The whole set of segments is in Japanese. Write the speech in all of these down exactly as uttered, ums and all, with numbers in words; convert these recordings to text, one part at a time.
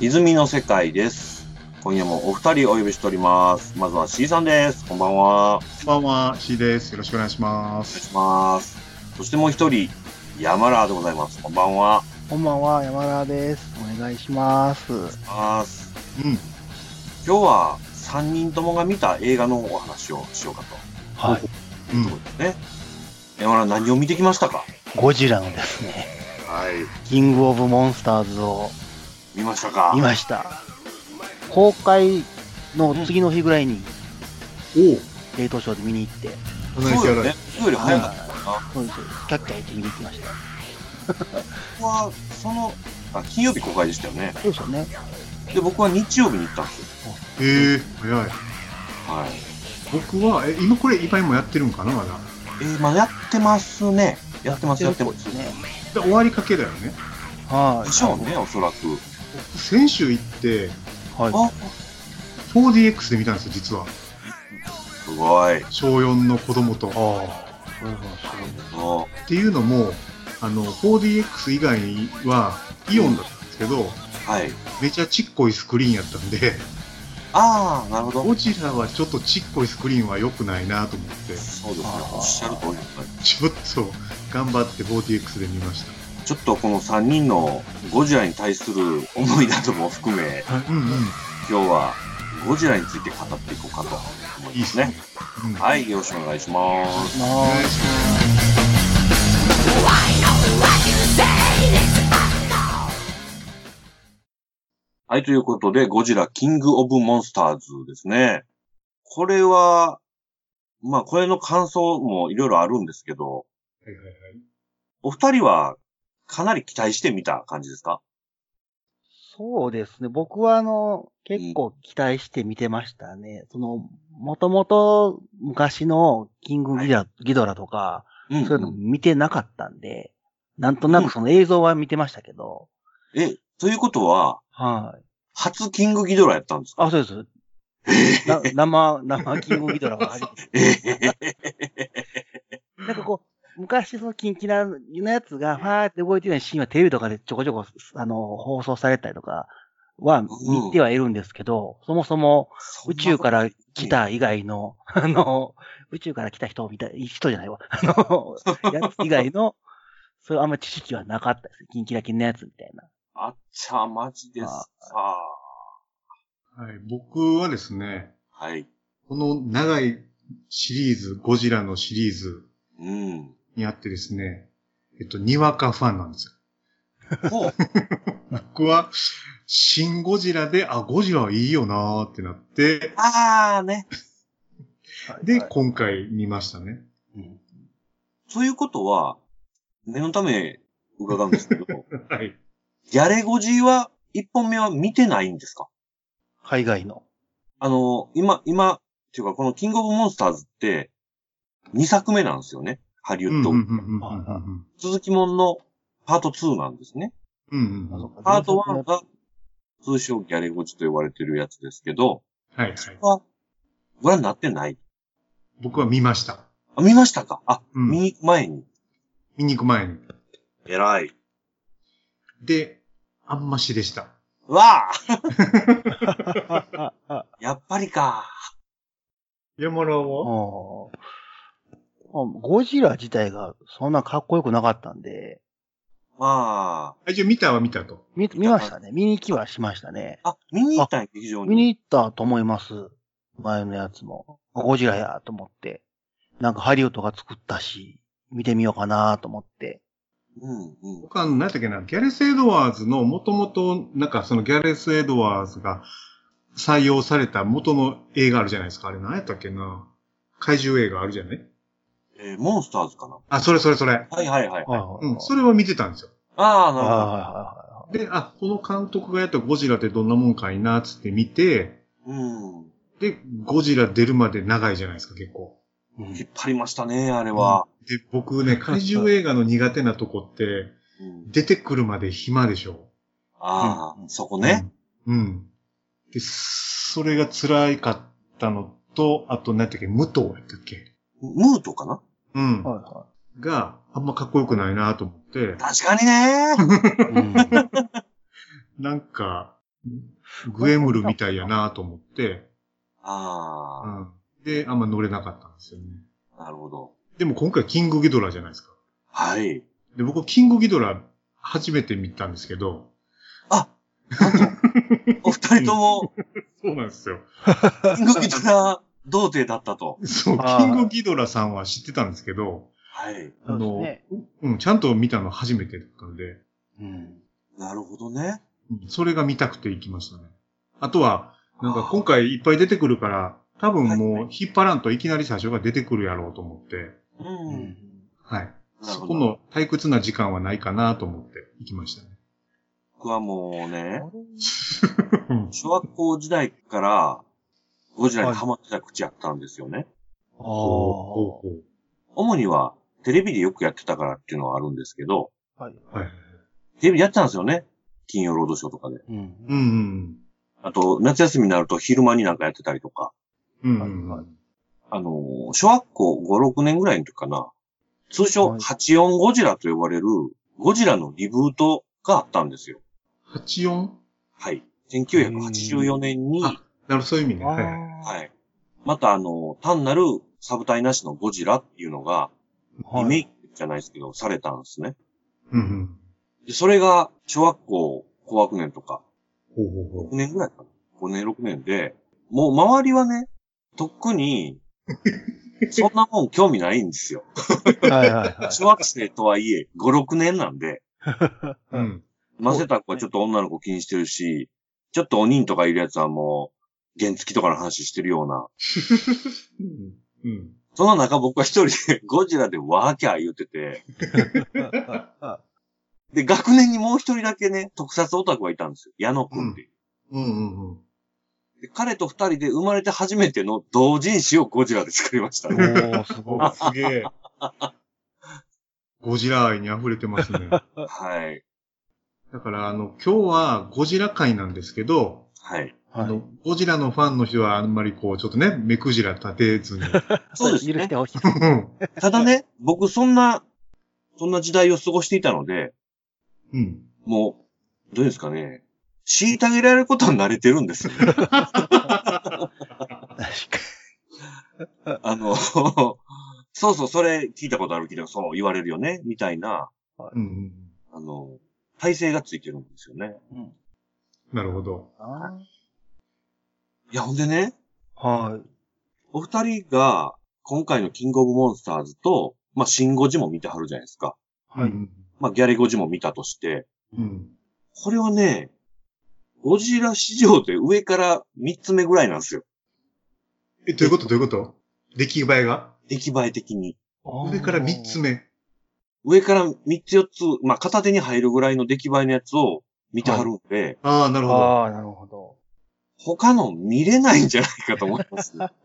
泉の世界です。今夜もお二人お呼びしております。まずは C さんです。こんばんは。 こんばんは、C です。よろしくお願いしまお願いす。 します。そしてもう一人、山ラーでございます。こんばんは。 こんばんは、山田です。お願いします。 お願いします。 うん。 今日はさんにんともが見た映画のお話をしようかと。 はい。 というところですね。山ラー何を見てきましたか？ ゴジラのですね、 はい。 キングオブモンスターズを見ましたか？ 見ました。公開の次の日ぐらいに、 おう、 冷凍ショーで見に行って、 そんなにやらない。 それより早かったかな。 そうです。キャッキャ言って見に行きました。 僕は、その、あ、金曜日公開でしたよね。 そうですよね。 で、僕は日曜日に行ったんですよ。 へえ、早い。 はい。 僕は、え、今これ、今もやってるんかな、まだ。 えー、まあやってますね。やってます、やってます。 ですね。 で終わりかけだよね。 はい。 でしょうね、おそらく。 僕先週行って、 はい。 あ、 フォーディーエックス で見たんですよ、実は。 すごい。 小よんの子供と。 ああ、それはすごい。 おっていうのも、あの、フォーディーエックス 以外は、イオンだったんですけど、 はい。 めちゃちっこいスクリーンやったんで、 ああ、なるほど。 ゴジラはちょっとちっこいスクリーンは良くないなと思って、 そうですね。 あーおっしゃる通りです。 ちょっと頑張って フォーディーエックス で見ました。 ちょっとこのさんにんのゴジラに対する思いなども含め、 うんうん。 今日はゴジラについて語っていこうかと思いますね。 うん、 はい、よろしくお願いします。 おま願いします。 はい、ということで、ゴジラキングオブモンスターズですね。これは、まあ、これの感想もいろいろあるんですけど、 はいはいはい。 お二人はかなり期待してみた感じですか？ そうですね。僕はあの、結構期待して見てましたね。その、もともと昔のキングギドラ、ギドラとか、 うん、 そういうのうん。 見てなかったんで、なんとなくその映像は見てましたけど、 え、ということは、 はい。 初キングギドラやったんですか？ あ、そうです。な生、生キングギドラは初めて。 えなんかこう、昔そのキンキラのやつがファーって動いてるようなシーンはテレビとかでちょこちょこ、あの、放送されたりとかは見てはいるんですけど、そもそも宇宙から来た以外の、あの、宇宙から来た人みたい、人じゃないわ。あの、やつ以外の、そういうあんま知識はなかったです。キンキラキンのやつみたいな。 あっちゃ、マジですか。 はい、僕はですね、 はい。 この長いシリーズ、ゴジラのシリーズうん。 にあってですね、えっと、にわかファンなんですよ。 ほう。 僕は、シン・ゴジラで、あ、ゴジラはいいよなーってなって、 あーね。 で、 はい今回見ましたね。 うんそういうことは、念のため伺うんですけど、 はい。 ギャレゴジは一本目は見てないんですか？ 海外の。 あの、今、今、っていうかこのキングオブモンスターズってにさくめなんですよね。ハリウッド。 うんうんうんうんうん続きもんのパートツーなんですね。 うんうんうん。 パートワンが通称ギャレゴジと呼ばれてるやつですけど、 はいはい。 はご覧になってない？ 僕は見ました。 あ、見ましたか？あ、 うん見に行く前に。 見に行く前に。 偉い。 で、あんましでした。 わあやっぱりか。 山田はああゴジラ自体がそんなかっこよくなかったんで、 まあ、一応見たは見たと。 見、見ましたね。見に行きはしましたね。 あ、あ、見に行ったんや、劇場に。 見に行ったと思います。前のやつも。ゴジラやと思って。なんかハリウッドが作ったし、見てみようかなと思って。 うん、うん。 僕は、何だっけな、ギャレス・エドワーズの、もともと、なんかそのギャレス・エドワーズが採用された元の映画あるじゃないですか。あれ何やったっけな。怪獣映画あるじゃないえーモンスターズかな。 あ、それそれそれ。 はいはいはい。 はいはいうん、それは見てたんですよ。 ああ、なはいるほど。 はいはで、あ、この監督がやったゴジラってどんなもんかいな、つって見て、 うん。 で、ゴジラ出るまで長いじゃないですか、結構。 いはい。 引っ張りましたね、あれは。 で、僕ね、怪獣映画の苦手なとこって、 うん、 出てくるまで暇でしょ。 ああ、そこね。 うん。うん。で、それが辛かったのと、あと、何やったっけ、武藤やったっけムートかな。 うん。 はいはがあんまかっこよくないなと思って、 確かにね。 うん。 なんか、 グエムルみたいやなと思って、 ああ、 うん。で、あんま乗れなかったんですよね。 なるほど。 でも今回キングギドラじゃないですか。 はい。 で、僕キングギドラ初めて見たんですけど。 あ、なんと、お二人とも、 そうなんですよ。 キングギドラ童貞だったと。 そう、キングギドラさんは知ってたんですけど、 はい。 あの、 ね、 うん、ちゃんと見たの初めてだったんで、 うん、 なるほどね。 それが見たくて行きましたね。あとは、なんか今回いっぱい出てくるから、多分もう引っ張らんといきなり最初が出てくるやろうと思って、 うん。 はい。そこの退屈な時間はないかなと思って行きましたね。 僕はもうね、小学校時代からゴジラにハマってた口やったんですよね。 ああ。 主にはテレビでよくやってたからっていうのはあるんですけど、 はい。 はい。 テレビでやってたんですよね。金曜ロードショーとかで。 うん。 うんうんあと、夏休みになると昼間になんかやってたりとか。 うんうんうん。 あの、小学校ご、ろくねんぐらいの時かな。通称、はちじゅうよんゴジラと呼ばれる、ゴジラのリブートがあったんですよ。 はちじゅうよん? はい。せんきゅうひゃくはちじゅうよねんに、 あ、なるほど、そういう意味ね。はい。 はい。また、あの、単なるサブタイなしのゴジラっていうのが、リメイクじゃないですけど、されたんですね。 うんうん。 で、それが、小学校高学年とか、 ほうほうほう。 ろくねんぐらいかな。ごねん、ろくねんで、もう周りはね、特に、そんなもん興味ないんですよ。 はいはいはい。 小学生とはいえ、ご、ろくねんなんで、 うん。 マセタクはちょっと女の子気にしてるし、ちょっとお兄とかいるやつはもう、原付とかの話してるような。 うん。 その中僕は一人でゴジラでワーキャー言ってて、で、学年にもう一人だけね、特撮オタクがいたんですよ。矢野くんっていう。 うんうんうん。 で彼と二人で生まれて初めての同人誌をゴジラで作りましたね。 おー、すごい。 すげえ。ゴジラ愛に溢れてますね。 はい。 だから、あの、今日はゴジラ回なんですけど、 はい。 あの、ゴジラのファンの人はあんまりこう、ちょっとね、目くじら立てずに。 そうですね。 許してほしい。 ただね、僕そんな、そんな時代を過ごしていたので、 うん。 もう、どうですかね。虐げられることは慣れてるんですよ、ね。 確かあの、そうそう、それ聞いたことあるけど、そう言われるよね、みたいな、 うんうん、 あの、体制がついてるんですよね。 うん、 なるほど。 あいや、ほんでね、 はい。 お二人が、今回のキングオブモンスターズと、まあ、シンゴジも見てはるじゃないですか。 はい。 まあ、ギャレゴジも見たとして、 うん、 これはね、ゴジラ史上で上から三つ目ぐらいなんですよ。 え、どういうことどういうこと出来栄えが出来栄え的に。 上から三つ目。 上から三つ四つ、まあ、片手に入るぐらいの出来栄えのやつを見てはるんで。 はい、ああ、なるほど。 ああ、なるほど。 他の見れないんじゃないかと思います、ね。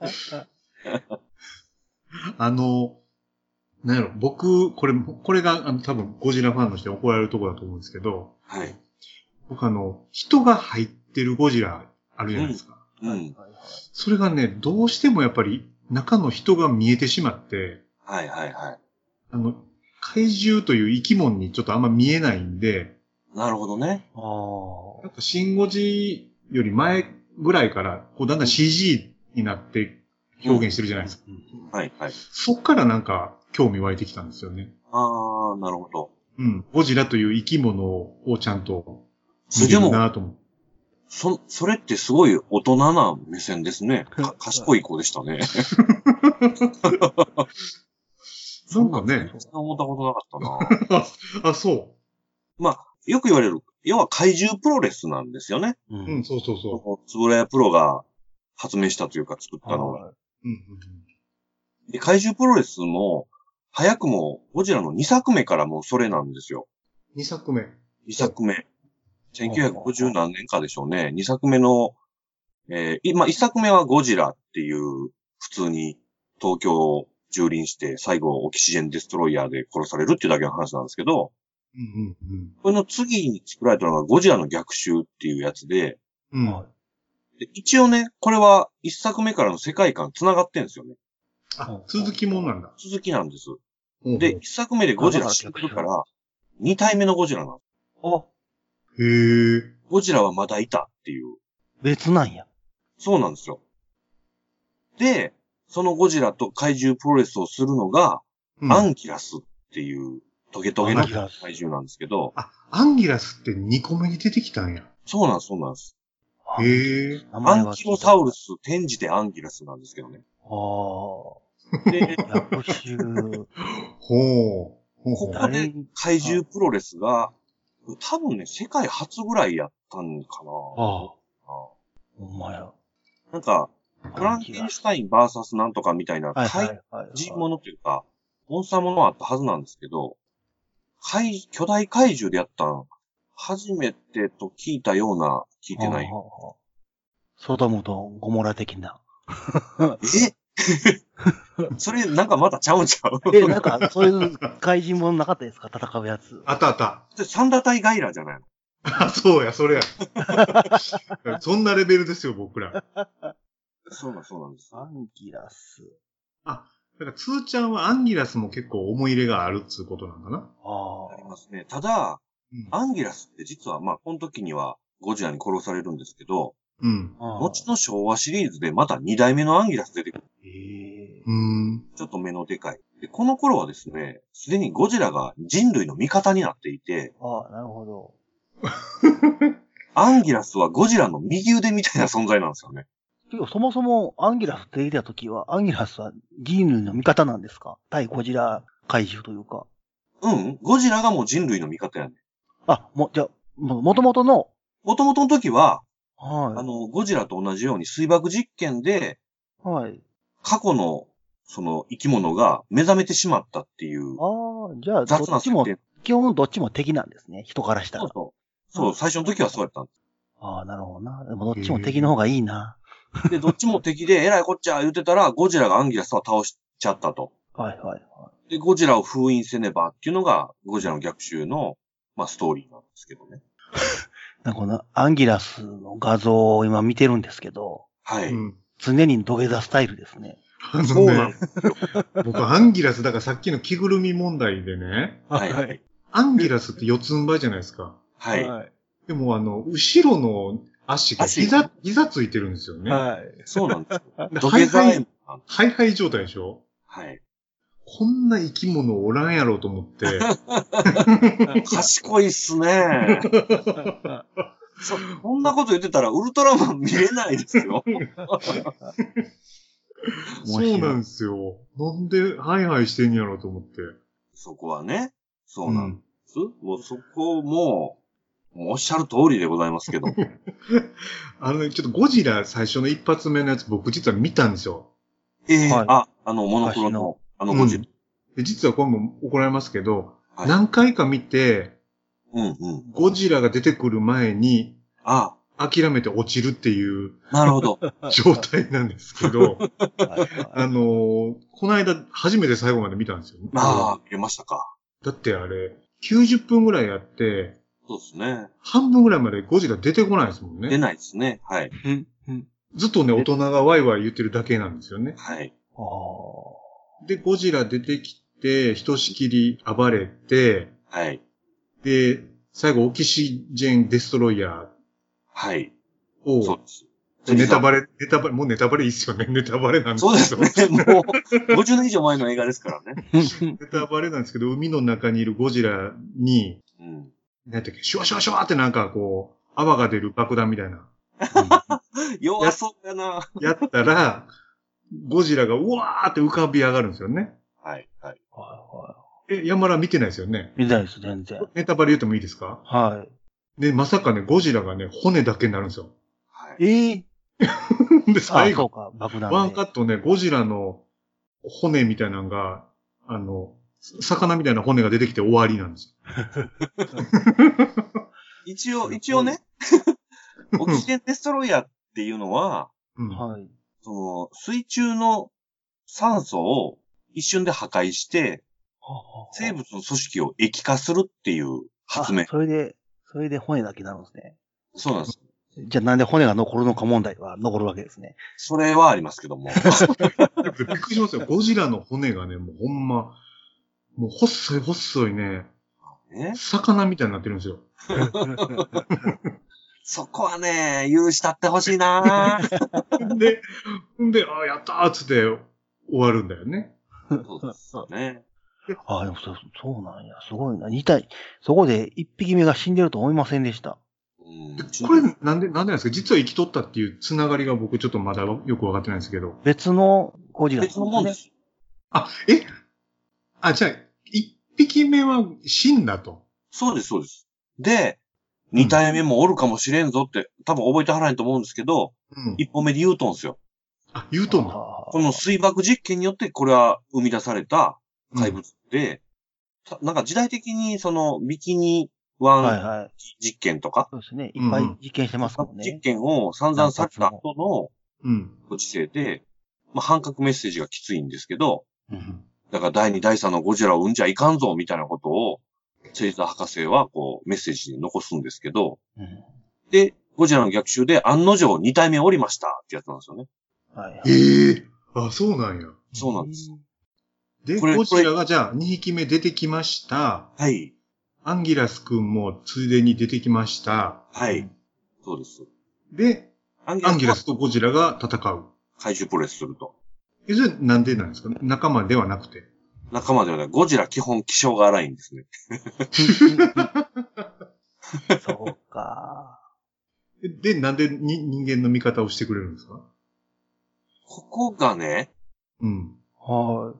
あの、なんやろ、僕、これ、これが、あの、多分、ゴジラファンの人に怒られるところだと思うんですけど、 はい。 僕あの、人が入ってるゴジラあるじゃないですか。 うん。うん、 それがね、どうしてもやっぱり中の人が見えてしまって、 はいはいはい。 あの、怪獣という生き物にちょっとあんま見えないんで、 なるほどね。 ああ。 なんかシンゴジより前ぐらいから、こうだんだん シージー になって表現してるじゃないですか。 うんうん、はいはい。 そっからなんか興味湧いてきたんですよね。 ああ、なるほど。 うん。ゴジラという生き物をちゃんと見れるなと思う。 そ、それってすごい大人な目線ですね。か、賢い子でしたね。 なんかね。 そんな思ったことなかったな。あ、そう。 まあ、よく言われる。要は怪獣プロレスなんですよね。 うん、うん、そうそうそう。 つぶらやプロが発明したというか作ったのは。 うんうんうん、で、怪獣プロレスも、早くもゴジラのにさくめからもうそれなんですよ。 にさくめ。 にさくめ。せんきゅうひゃくごじゅう何年かでしょうね。にさくめの、えー、まあ、いっさくめはゴジラっていう、普通に東京を蹂躙して、最後オキシジェンデストロイヤーで殺されるっていうだけの話なんですけど、 うんうんうん、 これの次に作られたのがゴジラの逆襲っていうやつで、 うん、 で一応ね、これはいっさくめからの世界観繋がってんですよね。 あ、続きもんなんだ。 続きなんです。 うんうん、 で、いっさくめでゴジラ死んでるから、に体目のゴジラなんです。 あ、 へえ。 ゴジラはまだいたっていう。 別なんや。 そうなんですよ。で、そのゴジラと怪獣プロレスをするのが、うん、アンギラスっていうトゲトゲの怪獣なんですけど。 あ、アンギラスってにこめに出てきたんや。 そうなんです、そうなんです。 へえ。 アンキロサウルス、転じてアンギラスなんですけどね。 ああ。で、逆襲。 ほう。 ここで怪獣プロレスが、多分ね、世界初ぐらいやったんかな。 ああ。ほんまや。 なんか、フランケンシュタインバーサスなんとかみたいな怪人ものというか、モンスターものはあったはずなんですけど、怪、巨大怪獣でやったん、初めてと聞いたような、聞いてない。 ソドムとゴモラ的な。 えそれ、なんかまたちゃうんちゃうえ、なんか、そういう怪人ものなかったですか？戦うやつ。 あったあった。 それ、三打体ガイラじゃないの？ あ、そうや、それや。そんなレベルですよ、僕ら。 そうなん、そうなんです。 アンギラス。 あ、だから、つーちゃんはアンギラスも結構思い入れがあるっつうことなんかな？ ああ。ありますね。ただ、うん、アンギラスって実は、まあ、この時にはゴジラに殺されるんですけど、 うん。 後の昭和シリーズでまた二代目のアンギラス出てくる。 へうん。 ちょっと目のでかい。で、この頃はですね、すでにゴジラが人類の味方になっていて、 ああ、なるほど。 アンギラスはゴジラの右腕みたいな存在なんですよね。 そもそもアンギラス出てきた時は、アンギラスは人類の味方なんですか？対ゴジラ怪獣というか。 うん、ゴジラがもう人類の味方やねん。 あ、も、じゃ、も、もともとの。 もともとの時は、 はい。 あの、ゴジラと同じように水爆実験で、 はい。 過去の、その生き物が目覚めてしまったっていう。 ああ、じゃあ、どっちも、基本どっちも敵なんですね。人からしたら。 そうそう。そう、最初の時はそうやったんです。 ああ、なるほどな。でもどっちも敵の方がいいな。 で、どっちも敵で、えらいこっちゃ言ってたら、ゴジラがアンギラスを倒しちゃったと。 はいはいはい。 で、ゴジラを封印せねばっていうのが、ゴジラの逆襲の、まあ、ストーリーなんですけどね。 なんかこのアンギラスの画像を今見てるんですけど。 はい。うん、 常に土下座スタイルですね。 あのね、そうなんですよ。僕、アンギラス、だからさっきの着ぐるみ問題でね。 はいはい。 アンギラスって四つん這いじゃないですか。 はい。はい、 でも、あの、後ろの足が膝、膝ついてるんですよね。 はい。そうなんですよ。 土下座。ハイハイ、ハイハイ状態でしょ？ はい。 こんな生き物おらんやろうと思って。 賢いっすね。そ、こんなこと言ってたらウルトラマン見れないですよ。 そうなんですよ。なんでハイハイしてんやろうと思って。 そこはね。そうなんです。うん、もうそこも、もうおっしゃる通りでございますけど。 あのね、ちょっとゴジラ最初の一発目のやつ僕実は見たんですよ。 ええーはい、あ、あのモノクロの。あのゴジラ、うんで。実はこれも怒られますけど、はい、何回か見て、 うんうん、 ゴジラが出てくる前に、 ああ諦めて落ちるっていう、 なるほど。 状態なんですけど、あのー、この間初めて最後まで見たんですよ。 ああ、見れましたか。 だってあれ、きゅうじゅっぷんぐらいやって、 そうですね。 半分ぐらいまでゴジラ出てこないですもんね。 出ないですね。はい。 ずっとね、大人がワイワイ言ってるだけなんですよね。 はい。 で、ゴジラ出てきて、ひとしきり暴れて、 はい。 で、最後、オキシジェンデストロイヤー。 はい。 を、 そうです。 ネタバレ、ネタバレ、もうネタバレいいっすよね。ネタバレなんですけど。 そうですね。もう、ごじゅうねん以上前の映画ですからね。 ネタバレなんですけど、海の中にいるゴジラに、うん、なんていうか、シュワシュワシュワってなんかこう、泡が出る爆弾みたいな。 弱そうやな。 やったら、ゴジラがうわーって浮かび上がるんですよね。 はい、はい。 え、山田見てないですよね？ 見てないです、全然。 ネタバレ言ってもいいですか？ はい。 で、まさかね、ゴジラがね、骨だけになるんですよ。 はい。ええー、で、最後、 そうか、爆弾ワンカットね、ゴジラの骨みたいなのが、あの、魚みたいな骨が出てきて終わりなんですよ。一応、一応ね、オキシジェンデストロイヤーっていうのは、 うん、はい。 その、水中の酸素を一瞬で破壊して、生物の組織を液化するっていう発明。 それで、それで骨だけになるんですね。 そうなんです。 じゃあなんで骨が残るのか問題は残るわけですね。 それはありますけども。 びっくりしますよ。ゴジラの骨がね、もうほんま、もう細い細いね、魚みたいになってるんですよ。 そこはね、許したってほしいなで、んで、あ、やったーっつって終わるんだよね。 そうですね。 ああ、でもそう、そうなんや。すごいな。二体、そこで一匹目が死んでると思いませんでした。 うん、 これ、なんで、なんでなんですか？実は生きとったっていうつながりが僕ちょっとまだよくわかってないんですけど。 別のゴジラ、ね。 別のもんです。 あ、えあ、じゃあ、一匹目は死んだと。 そうです、そうです。で、二体目もおるかもしれんぞって、多分覚えてはらないと思うんですけど、うん、一歩目で言うとんすよ。 あ、言うとんの？ この水爆実験によってこれは生み出された怪物で、うん、なんか時代的にそのビキニ湾実験とか、 はいはい、そうですね。いっぱい実験してますもんね。 実験を散々された後のご時世で、まあ、反核メッセージがきついんですけど、うん、だからだいに、だいさんのゴジラを生んじゃいかんぞみたいなことを、チェイザー博士はこうメッセージに残すんですけど、うん、で、ゴジラの逆襲で案の定に体目降りましたってやつなんですよね。 はいはい、ええー、あ、そうなんや。 そうなんです。 で、ゴジラがじゃあにひきめ出てきました。 はい。 アンギラス君もついでに出てきました。 はい。そうです。 で、アンギラス、アンギラスとゴジラが戦う。 怪獣プレスすると。 え、それなんでなんですか？仲間ではなくて。 仲間ではない。ゴジラ基本気性が荒いんですね。 そうか。 で、なんでに人間の味方をしてくれるんですか？ ここがね、 うん。 はい。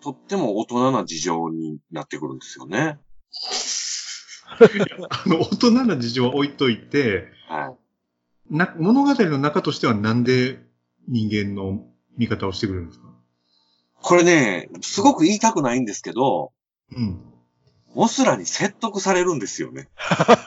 とっても大人な事情になってくるんですよね。 あの、大人な事情は置いといて、はい。な、物語の中としてはなんで人間の味方をしてくれるんですか？ これね、すごく言いたくないんですけど、 うん。 モスラに説得されるんですよね。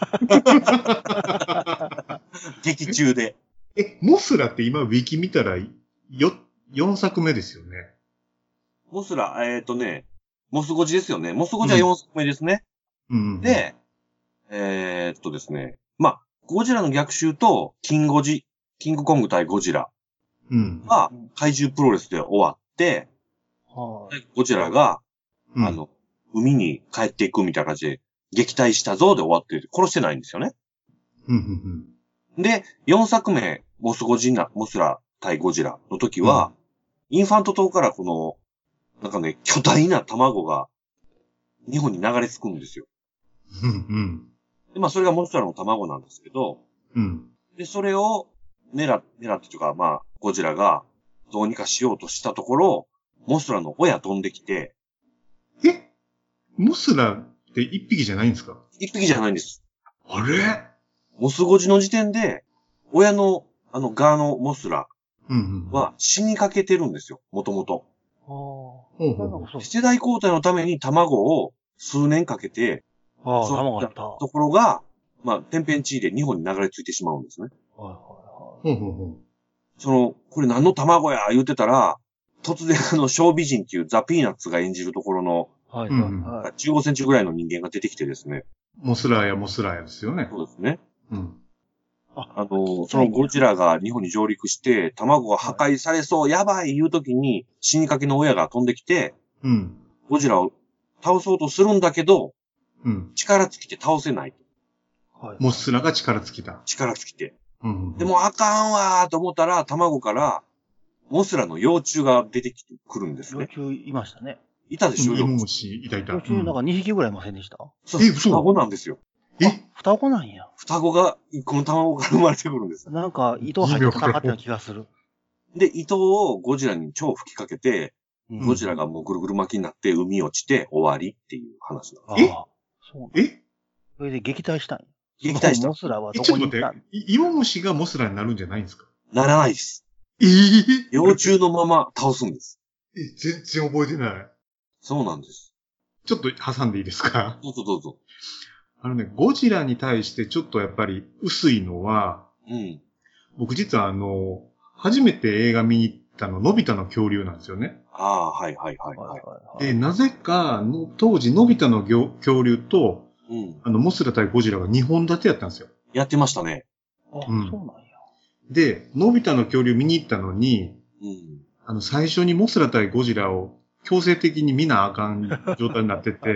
劇中で。 え、モスラって今ウィキ見たらよ、よんさくめですよね。 モスラ、えっ、ー、とね、モスゴジですよね。モスゴジはよんさくめですね。 うん。 で、えー、っとですね、まあ、ゴジラの逆襲とキンゴジ、キングコング対ゴジラは怪獣プロレスで終わって、うん、ゴジラが、うん、あの、海に帰っていくみたいな感じで、撃退したぞで終わって、殺してないんですよね。 うんうんうん、で、よんさくめ、モスゴジラ、モスラ対ゴジラの時は、うん、インファント島からこの、なんかね、巨大な卵が日本に流れ着くんですよ。 うんうん。 で、まあ、それがモスラの卵なんですけど、 うん。 で、それを狙、狙ってというか、まあ、ゴジラがどうにかしようとしたところ、モスラの親飛んできて。 え？モスラって一匹じゃないんですか？ 一匹じゃないんです。 あれ？ モスゴジの時点で、親の、あの、ガーのモスラは死にかけてるんですよ、もともと。世代交代のために卵を数年かけて、 ああ、卵があった。 ところが、まあ、天変地異で日本に流れ着いてしまうんですね。 はいはいはい。 その、これ何の卵や言ってたら、突然あの、ショー美人っていうザ・ピーナッツが演じるところの、 はいはいはい、 じゅうごセンチぐらいの人間が出てきてですね。 モスラーやモスラーやですよね。 そうですね。 うん。 あ、あの、そのゴジラが日本に上陸して、卵が破壊されそう、はい、やばい言うときに、死にかけの親が飛んできて、 うん。 ゴジラを倒そうとするんだけど、 うん。 力尽きて倒せない。 はい。モスラが力尽きた。 力尽きて。 うん。 でもあかんわーと思ったら、卵から、モスラの幼虫が出てきてくるんですね。 幼虫いましたね。 いたでしょ、 幼虫。いたいた。 幼虫なんかにひきぐらいいませんでした、 そう、え、双子なんですよ。 え？ 双子なんや。 双子が、この卵から生まれてくるんです。 なんか、糸入って戦ってた気がする。 で、糸をゴジラに超吹きかけて、うん、ゴジラがもうぐるぐる巻きになって海落ちて終わりっていう話なんです。 え？そうえ？ それで撃退したんや。 撃退した。 モスラはどこに行ったん？ イモムシがモスラになるんじゃないんですか？ ならないです。 えぇ、 幼虫のまま倒すんです。 え、全然覚えてない。 そうなんです。 ちょっと挟んでいいですか？ どうぞどうぞ。 あのね、ゴジラに対してちょっとやっぱり薄いのは、 うん。 僕実はあの、初めて映画見に行ったの、のび太の恐竜なんですよね。 ああ、はいはいはい、はい。 で、なぜかの、当時のび太の恐竜と、 うん、 あの、モスラ対ゴジラがにほん立てやったんですよ。 やってましたね。 あ、うん、そうなんや。 で、のび太の恐竜見に行ったのに、 うん、 あの、最初にモスラ対ゴジラを強制的に見なあかん状態になってて、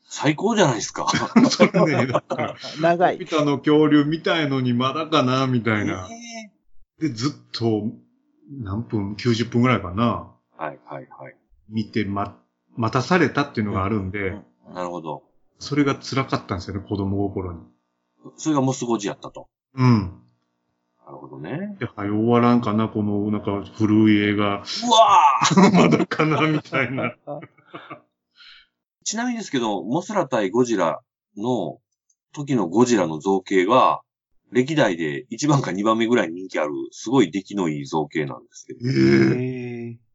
最高じゃないですか。 それね、だから長い。 ピタの恐竜見たいのにまだかな、みたいな。 えで、ずっと、何分 ?きゅうじゅっぷんぐらいかな。 ーはいはいはい。 見て、ま、待たされたっていうのがあるんで、 うんなるほど。 それが辛かったんですよね、子供心に。 それがモスゴジやったと。 うん。 なるほどね。 で、はい、終わらんかな、この、なんか、古い映画。 うわーまだかな、みたいな。 ちなみにですけど、モスラ対ゴジラの時のゴジラの造形が、歴代でいちばんかにばんめぐらいに人気ある、すごい出来のいい造形なんですけど。 ええへえ。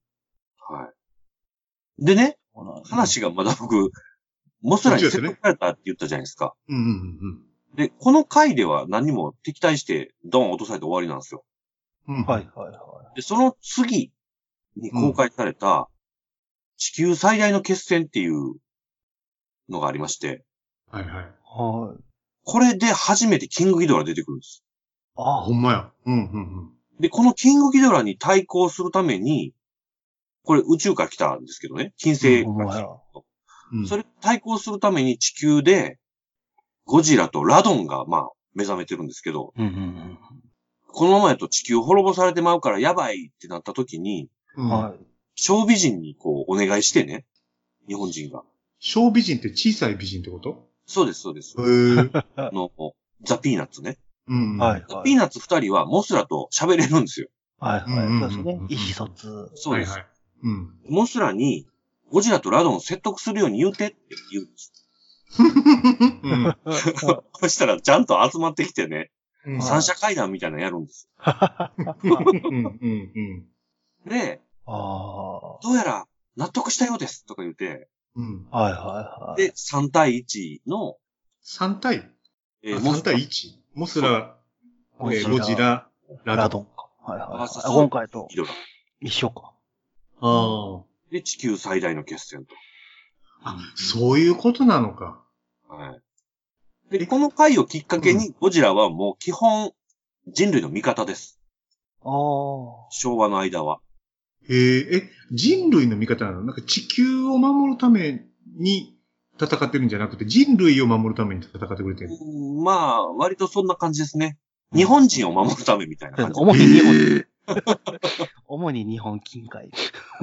はい。でね、 そうなんだ話がまだ僕、モスラに説得されたって言ったじゃないですか。 うんうんうんで、この回では何も敵対してドン落とされて終わりなんですよ。 うん。うん。 はいはいはで、その次に公開された、地球最大の決戦っていうのがありまして、 はいはい。 い。はい。 これで初めてキングギドラ出てくるんです。 あ、 あほんまや。うんうんで、このキングギドラに対抗するために、これ宇宙から来たんですけどね、金星から来た。 うん。 それ対抗するために地球で、ゴジラとラドンが、まあ、目覚めてるんですけど、 うんうんこのままやと地球滅ぼされてまうからやばいってなった時に、 うん。 うん。 はい。 小美人にこう、お願いしてね、日本人が。 小美人って小さい美人ってことそうです、そうです。 へえ。 あの、ザ・ピーナッツね。 うん。 はい。 ザ・ピーナッツ二人はモスラと喋れるんですよ。 はいうんうんうんはい。そうですね。意思疎通。 そうです。 はいはい。うん。 モスラに、ゴジラとラドンを説得するように言うてって言うんです。 うん。 そしたらちゃんと集まってきてね、 うん。 三者会談みたいなのやるんです。 うんうんうん。 で、 あどうやら納得したようですとか言って、 うん。 あ。はいはいはい。 で、さん対いちの、 さん対えー、 あモ ?さんスラ対いち? モスラ、 ゴジラえーゴジラ、 ララドン。 ドンか。はいはいはい。 ああ今回とギドラ。 一緒か。 あで、地球最大の決戦と。 あ。あ、そういうことなのか。 はい。で、この回をきっかけに、ゴジラはもう基本、人類の味方です。 ああ。 昭和の間は。 へえ、え、人類の味方なのなんか地球を守るために戦ってるんじゃなくて、人類を守るために戦ってくれてる。 うんまあ、割とそんな感じですね。日本人を守るためみたいな感じ。 主に日本、 へえ主に日本近海。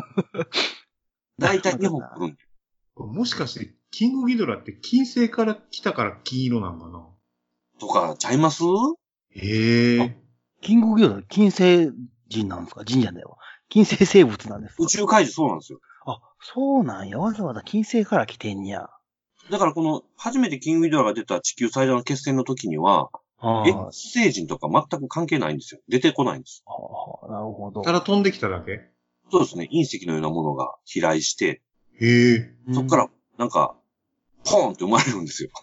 大体日本来るんで。 もしかして、キングギドラって金星から来たから金色なんかなとか、ちゃいますへえ。 キングギドラ、金星人なんですか人じゃねえわ。金星生物なんですか宇宙怪獣そうなんですよ。 あ、そうなんや。わざわざ金星から来てんや。 だからこの、初めてキングギドラが出た地球最大の決戦の時には、 あえ、星人とか全く関係ないんですよ。出てこないんです。 あ、なるほど。 ただ飛んできただけそうですね。隕石のようなものが飛来して、 へえ。 そこから、なんか、ポーンって生まれるんですよ。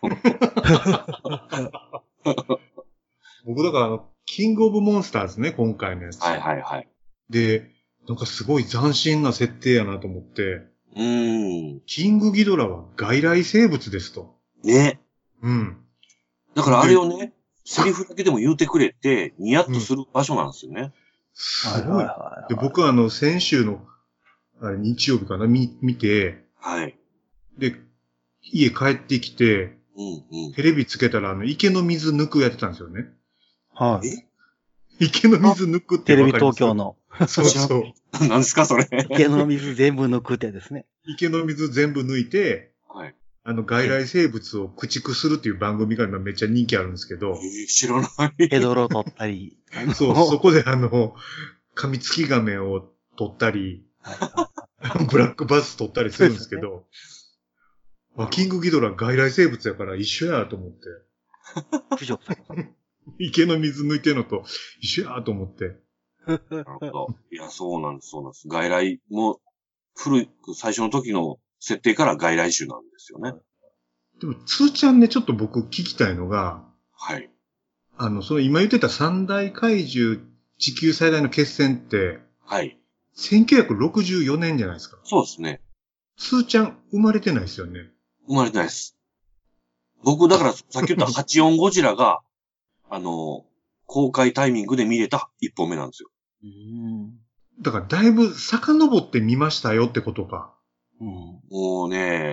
僕だからあの、キングオブモンスターですね、今回のやつ。 はいはいはい。 で、なんかすごい斬新な設定やなと思って、 うーん。 キングギドラは外来生物ですと。 ね。 うん。 だからあれをね、セリフだけでも言うてくれて、ニヤッとする場所なんですよね。 すはいごい。 はいはい。 で、僕はあの、先週の、あれ、日曜日かな、見、見て、 はい。 で、家帰ってきて、 うんうん。 テレビつけたら、あの、池の水抜くやってたんですよね。 はい。 え池の水抜くってテレビわかります東京。のそうそう。 何ですかそれ。 池の水全部抜くってやつですね。 池の水全部抜いて、 はい。 あの、外来生物を駆逐するっていう番組が今めっちゃ人気あるんですけど、 えー、知らない。 ヘドロ取ったり。あのそう、そこであの、カミツキガメを取ったり、ブラックバス取ったりするんですけど、あ、キングギドラ外来生物やから一緒やと思って、 駆除され池の水抜いてるのと一緒やと思って、 なるほど。いや、そうなんです、そうなんです。外来も、古く、最初の時の設定から外来種なんですよね。 でも、つーちゃんね、ちょっと僕聞きたいのが、 はい。 あの、その今言ってた三大怪獣地球最大の決戦って、 はい。 せんきゅうひゃくろくじゅうよねんじゃないですか。 そうですね。 つーちゃん生まれてないですよね。 生まれてないです。僕、だから、さっき言ったはちじゅうよんゴジラが、あの、公開タイミングで見れた一本目なんですよ。 うーん。 だからだいぶ遡ってみましたよってことか。 うん。 もうね、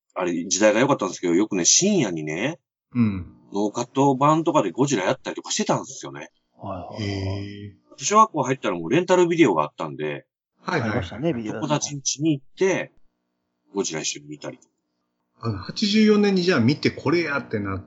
あれ、時代が良かったんですけど、よくね、深夜にね、 うん。 ノーカット版とかでゴジラやったりとかしてたんですよね。 はいはいはい。 へえ。 小学校入ったらもうレンタルビデオがあったんで、 はいはい。 ありましたね、ビデオ。 友達ん家に行って、ゴジラ一緒に見たりとあの、はちじゅうよねんにじゃあ見てこれやってなって、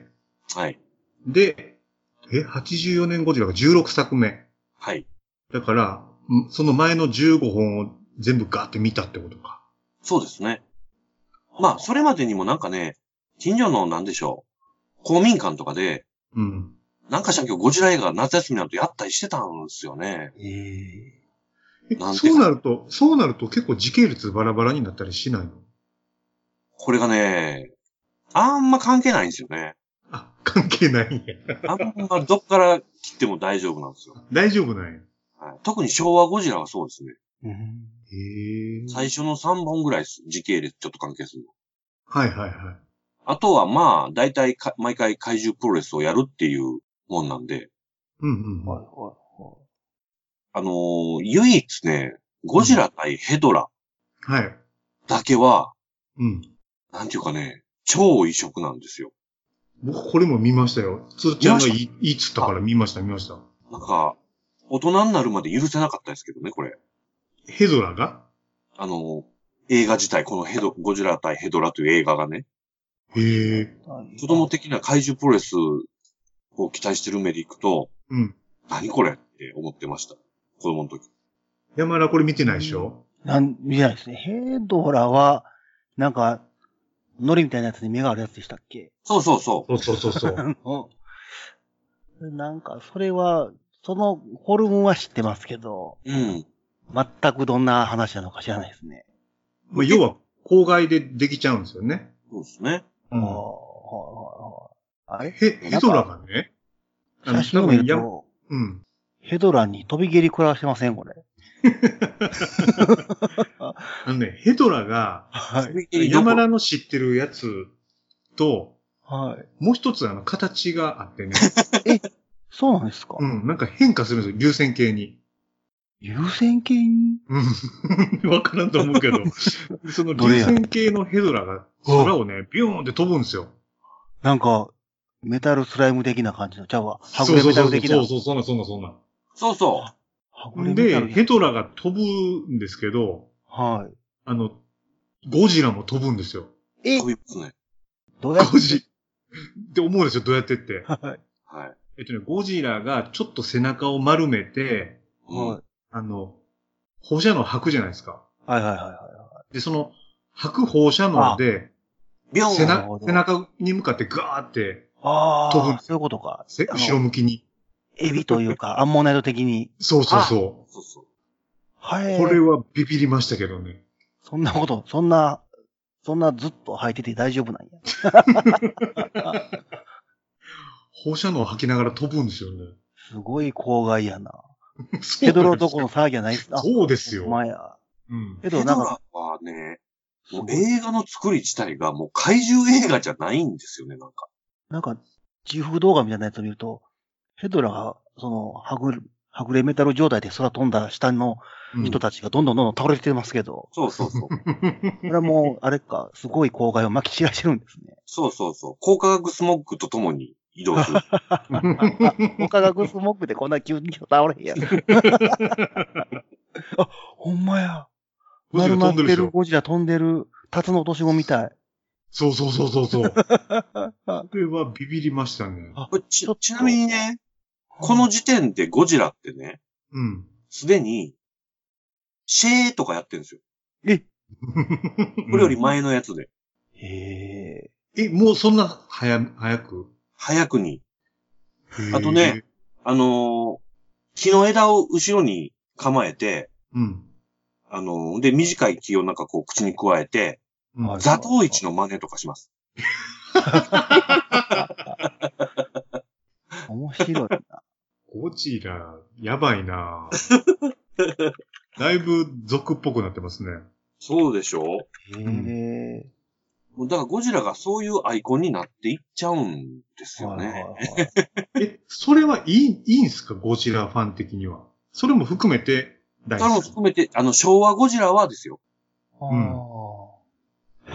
か。はい。 で、え、はちじゅうよねんゴジラがじゅうろくさくめ。 はい。 だから、んその前のじゅうごほんを全部ガーって見たってことか。 そうですね。まあ、それまでにもなんかね、近所のなんでしょう、公民館とかで、 うん。 なんかしら今日ゴジラ映画夏休みなんてやったりしてたんですよね。 えええなんでそうなると、そうなると結構時系列バラバラになったりしないの？ これがね、あんま関係ないんですよね。 あ、関係ないんや。 あんまどっから切っても大丈夫なんですよ。 大丈夫なんや。 はい、特に昭和ゴジラはそうですね。 うん。 へえ。 最初のさんぼんぐらいです。時系列ちょっと関係するの。 はいはいはい。 あとはまあ、だいたいか毎回怪獣プロレスをやるっていうもんなんで、 うんうん。 はいはいはい。 あのー唯一ね、ゴジラ対ヘドラはい。 だけは、 うん。 なんていうかね、超異色なんですよ。 僕これも見ましたよ。つーちゃんが見まいい、いいっつったから見ました見ました。 なんか、大人になるまで許せなかったですけどね、これ。 ヘドラがあのー映画自体、このヘド、ゴジラ対ヘドラという映画がね、 へえ。 子供的な怪獣プロレスを期待してる目でいくと、 うん。 何これって思ってました。子供の時。 山田これ見てないでしょ？ なん、見てないですね。ヘドラは、なんか、ノリみたいなやつに目があるやつでしたっけ？ そうそうそそうそうそうそう。 あのなんか、それは、そのフォルムは知ってますけど、 う。うん。 全くどんな話なのか知らないですね。 まあ、要は、郊外でできちゃうんですよね。 そうですね。 ああ、 うん。 はいはいはい。あれヘ、ヘドラがね、あの写真を見る多分やと、 うん。 ヘドラに飛び蹴り食らわしてませんこれ。 あのね、ヘドラが、 はい。 山田の知ってるやつと、 はい。 もう一つあの形があってね、 そうなんですか、 うん、なんか変化するんですよ、流線形に。 優先形にうん。わからんと思うけど、その流線形のヘドラが空をね、ビューンって飛ぶんですよ。 なんか、メタルスライム的な感じの、ちゃうわ。はぐれそうそうそうそう、 メタル的な。 そうそう、そんなそんなそんな。 そうそはぐれメタルで、 やヘドラが飛ぶんですけど、 はあの、ゴジラも飛ぶんですよ。 う。 い。え飛びますね。 どうやってゴジ、って思うんですよ、どうやってって。 はい。 はい。 えっとね、ゴジラがちょっと背中を丸めて、 うん。 はい。 あの、放射能吐くじゃないですか。 はいはいはいはで、その、吐く放射能で、 ビョン背中なるほど背中に向かってガーって、 い。ああ、 飛ぶんですそういうことか。あのせ後ろ向きに。 エビというか、アンモナイト的に。 そうそうそそうそう。 はい。 う。これはビビりましたけどね。 そんなこと、そんな、そんなずっと履いてて大丈夫なんや。 放射能を吐きながら飛ぶんですよね。 すごい郊外やな。 そうヘドロどこの騒ぎはないっす。あ、 そうですよ。 ほんまや。 うん。 けどなんか、 ヘドラはね、もうすごい映画の作り自体がもう怪獣映画じゃないんですよね、なんか。 なんか、自負動画みたいなやつを見ると、ヘドラが、その、はぐれ、はぐれメタル状態で空飛んだ下のうん人たちがどんどんどんどん倒れてますけど、 そうそうそう。 これはもう、あれか、すごい郊外を撒き散らしてるんですね。 そうそうそう。高化学スモッグとともに移動する。 他がグスモックでこんな急に倒れへんやん。あ、ほんまや。 ゴジラ丸まって飛んでるでしょ。 るゴジラ飛んでる、タツの落とし子みたい。 そうそうそうそうそう。これはビビりましたね。 あこれちちょっとちなみにね、この時点でゴジラってね、 うん。 すでに、シェーとかやってるんですよ。 え、 これより前のやつで。 へえ。 え、もうそんな早、早く早くに。 へーあとね、あのー木の枝を後ろに構えて、 うん。 あのーで、短い木をなんかこう口に加えて、 うんはい座頭市の真似とかします。 面白いな。 ゴジラ、やばいなだいぶ俗っぽくなってますね。 そうでしょへえ。 もうだからゴジラがそういうアイコンになっていっちゃうんですよはいはいね。 はいえ、それはいい、いいんすかゴジラファン的には。それも含めて大それも好き。 含めて、あの、昭和ゴジラはですよ。 あうんー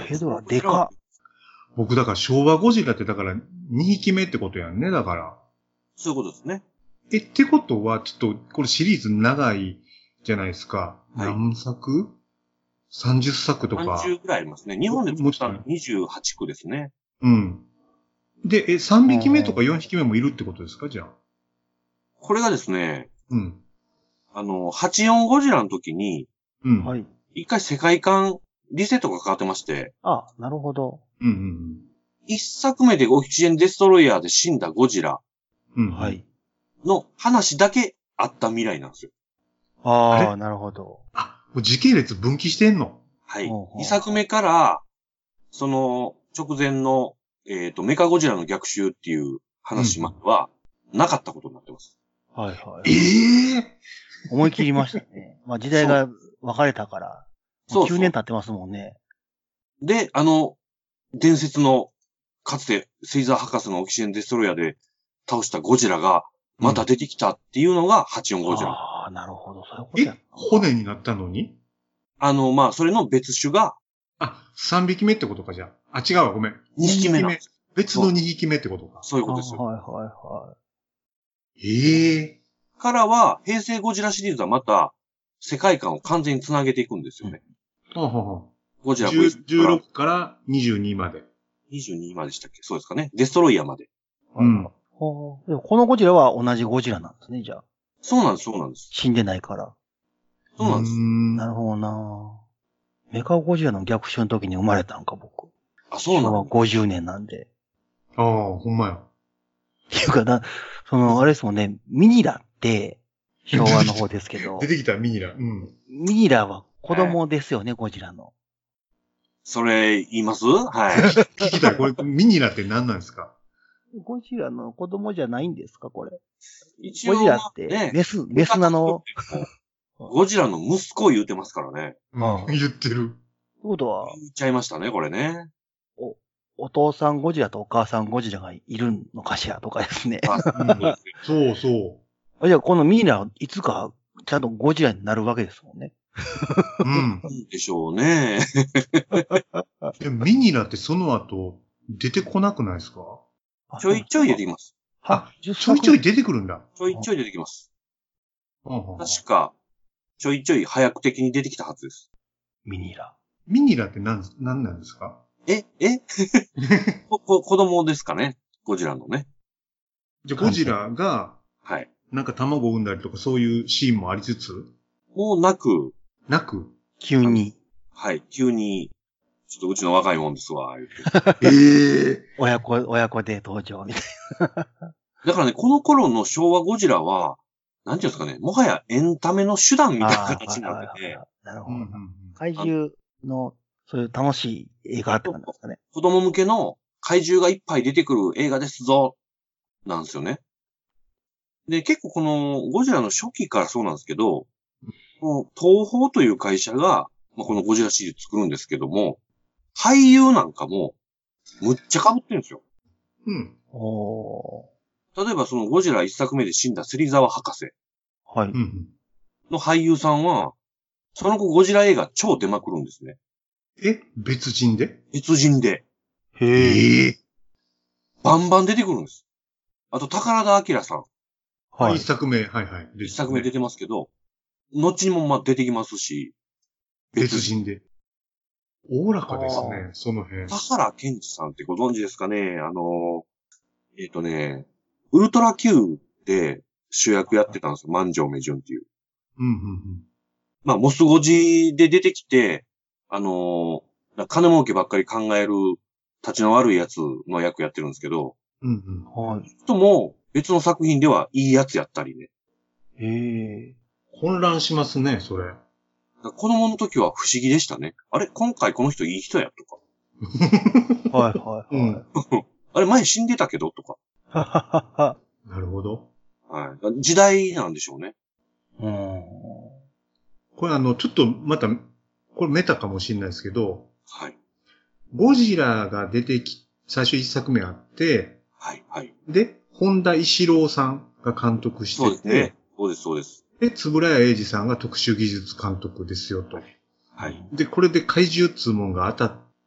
ヘドラ、でかっ。 僕だから昭和ゴジラってだからにひきめってことやんね、だから。 そういうことですね。 え、ってことは、ちょっと、これシリーズ長いじゃないですか。 はい何作 ?さんじゅっ 作とか。 さんじゅうぐらいありますね。日本で作ったのにじゅうはちくですね。 うん。で、え、さんびきめとかよんひきめもいるってことですかじゃあ。 これがですね、 うん。 あの、はちじゅうよんゴジラの時に、 うん。 はい。 一回世界観リセットがかかってまして、 あ、なるほど。 うんうん一作目でオキシジェンデストロイヤーで死んだゴジラうん。うん。 は。い。 の話だけあった未来なんですよ。 あれああ、なるほど。 あ、もう時系列分岐してんのはいほうほう。 二作目から、その直前の、えっと、メカゴジラの逆襲っていう話までは、なかったことになってます。 はいはい。 ええ思い切りましたね。まあ時代が分かれたから。 そうそうきゅうねん経ってますもんね。 で、あの、伝説の、かつて、セイザー博士のオキシジェンデストロイヤーで倒したゴジラが、また出てきたっていうのがはちじゅうよんゴジラ。 ああ、なるほど。そういうことやえ、骨になったのにあの、まあ、それの別種があ、さんびきめってことかじゃあ。あ、違うわ、ごめん。 にひきめなんです。 別のにひきめってことか。 そういうことですよ。 はいはいはええからは、平成ゴジラシリーズはまた、世界観を完全につなげていくんですよね。 はあはゴジラあ、じゅう じゅうろくからにじゅうにまで。 にじゅうにまでしたっけ？そうですかね。デストロイヤーまで。 い。 うんはいほうでもこのゴジラは同じゴジラなんですね、じゃあ。 そうなんです、そうなんです。 死んでないから。 そうなんです。 なるほどなメカゴジラの逆襲の時に生まれたんか、僕。 あ、そうな昭和んです。 ごじゅうねんなんで。 ああ、ほんまや。 っていうかな、その、あれですもんね、ミニラって、昭和の方ですけど出、てきたミニラ。うん。 ミニラは子供ですよね、ゴジラの。 それ、言いますはい。 聞きたい。これ、ミニラって何なんですかゴジラの子供じゃないんですか、これ。 一応、 ゴジラって、 ね、 メス、メスなの、 ゴジラの息子を言うてますからね。 うん。言ってる。 ってことは、 言っちゃいましたね、これね。 お、お父さんゴジラとお母さんゴジラがいるのかしらとかですね。 あうんそうそじゃあ、このミニラはいつか、ちゃんとゴジラになるわけですもんね。 う。うん。 いいでしょうね。 でもミニラってその後、出てこなくないですかあちょいちょい出てきます。 あ、 ちょいちょいで。 出てくるんだ。 ちょいちょい出てきます。 はあはあ確か、ちょいちょい早く的に出てきたはずです。 ミニラ。 ミニラって何、何なんですかええこ、こ、子供ですかねゴジラのね。 じゃあゴジラが、 はい。 なんか卵を産んだりとかそういうシーンもありつつ、 もうなく、 なく。 急に、 はい、急に、ちょっとうちの若いもんですわ、言うて。 ええ親子、親子で登場みたいだからね、この頃の昭和ゴジラは、なんていうんですかね、もはやエンタメの手段みな。 たいなああ形になってて、 なるほどうんうんう。ん怪獣の、そういう楽しい映画って感じですかね。 子供向けの怪獣がいっぱい出てくる映画ですぞ、なんですよね。で、結構このゴジラの初期からそうなんですけど、この東宝という会社が、まあ、このゴジラシリーズ作るんですけども、俳優なんかも、むっちゃ被ってるんですよ。 うん。 おー。 例えばそのゴジラ一作目で死んだ芹沢博士はい。 うんうん。 の俳優さんは、その後ゴジラ映画超出まくるんですね。 え、別人で別人で。 へえ。 えバンバン出てくるんです。あと、宝田明さん。 はい一。作目、はいはい。 一作目出てますけど、後にもまあ出てきますし、 別人で。おおらかですあね、その辺。 田原健二さんってご存知ですかねあの、えっ、とね、ウルトラ Q で主役やってたんですよ。万丈目順っていう。 うんうんまあ、モスゴジで出てきて、あのー金儲けばっかり考える立ちの悪いやつの役やってるんですけど、 うん。うんうん。 はい。 人も別の作品ではいいやつやったりね。 へえ。 混乱しますね、それ。 子供の時は不思議でしたね。あれ今回この人いい人やとか。 はいはいうんはい。 あれ前死んでたけどとか。 はははは。 なるほど。 はい。時代なんでしょうね。 うん。 これあの、ちょっとまた、これメタかもしれないですけど、 はい。 ゴジラが出てき、最初一作目あって、 はい。はい。 で、本田一郎さんが監督してて、 そうですね。そうです、そうです。 で、円谷英二さんが特殊技術監督ですよと。 はい。 で、これで怪獣っつうもんが当たっ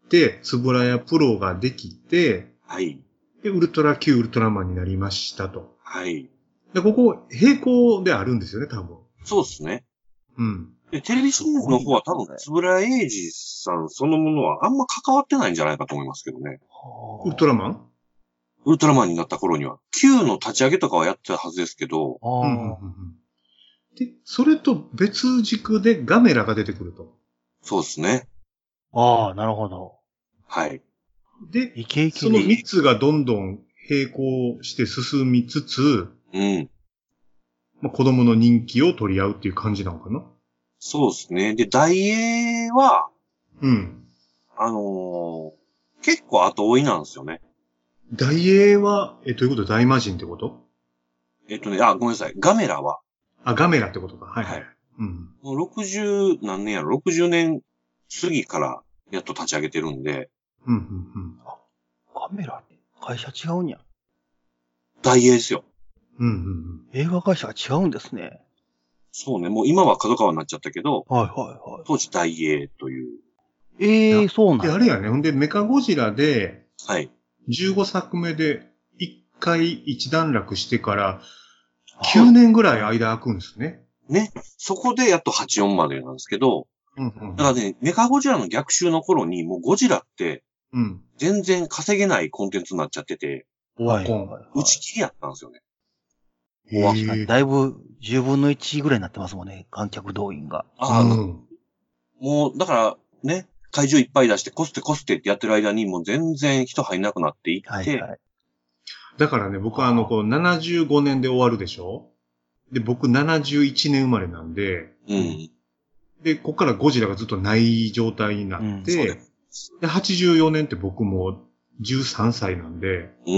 て、つぶらやプロができて、 はい。 で、ウルトラ Q ウルトラマンになりましたと。 はい。 で、ここ、並行であるんですよね、多分。 そうですね。 うん。 で、テレビシリーズの方は多分、つぶらやえいじさんそのものはあんま関わってないんじゃないかと思いますけどね。 ウルトラマンウルトラマンになった頃には。Q の立ち上げとかはやってたはずですけど。 うんうんうんうん、で、それと別軸でガメラが出てくると。 そうですね。 ああ、なるほど。 はい。 で、 イケイケそのみっつがどんどん並行して進みつつ、 うん。 まあ、子供の人気を取り合うっていう感じなのかな。 そうですね。で、ダイエーは、 うん。 あのー、結構後追いなんですよね。 ダイエーは、え、どういうこと大魔神ってこと？ えっとね、あ、ごめんなさい。ガメラは。 あ、ガメラってことか。はいはい。はい、 うん。もうろくじゅう何年やろ ?ろくじゅう 年過ぎからやっと立ち上げてるんで。 うん、うん、うん。 あ、ガメラって会社違うんや。 ダイエーですよ。 うん、うん、うん。 映画会社が違うんですね。 そうね。もう今は角川になっちゃったけど。 はいはいはい。 当時ダイエーという。 ええー、そうなんで、あれやね。ほんで、メカゴジラで、 はい。 じゅうごさくめでいっかい一段落してから、きゅうねんぐらい間空くんですね。 ね。そこでやっとはちじゅうよんまでなんですけど、 うんうん、 だからね、メカゴジラの逆襲の頃にもうゴジラって、 うん。 全然稼げないコンテンツになっちゃってて、 オワコン。 はいはいはい、 打ち切りやったんですよね。 確かに、だいぶじゅうぶんのいちぐらいになってますもんね、観客動員が。 ああ、うん、もう、だから、ね、怪獣いっぱい出して、コステコステってやってる間に、もう全然人入んなくなっていって、はいはい、 だからね、僕はあの、こう、ななじゅうごねんで終わるでしょ？で、僕ななじゅういちねん生まれなんで、 うん。 で、ここからゴジラがずっとない状態になって、うん、で、はちじゅうよねんって僕もじゅうさんさいなんで、 うん。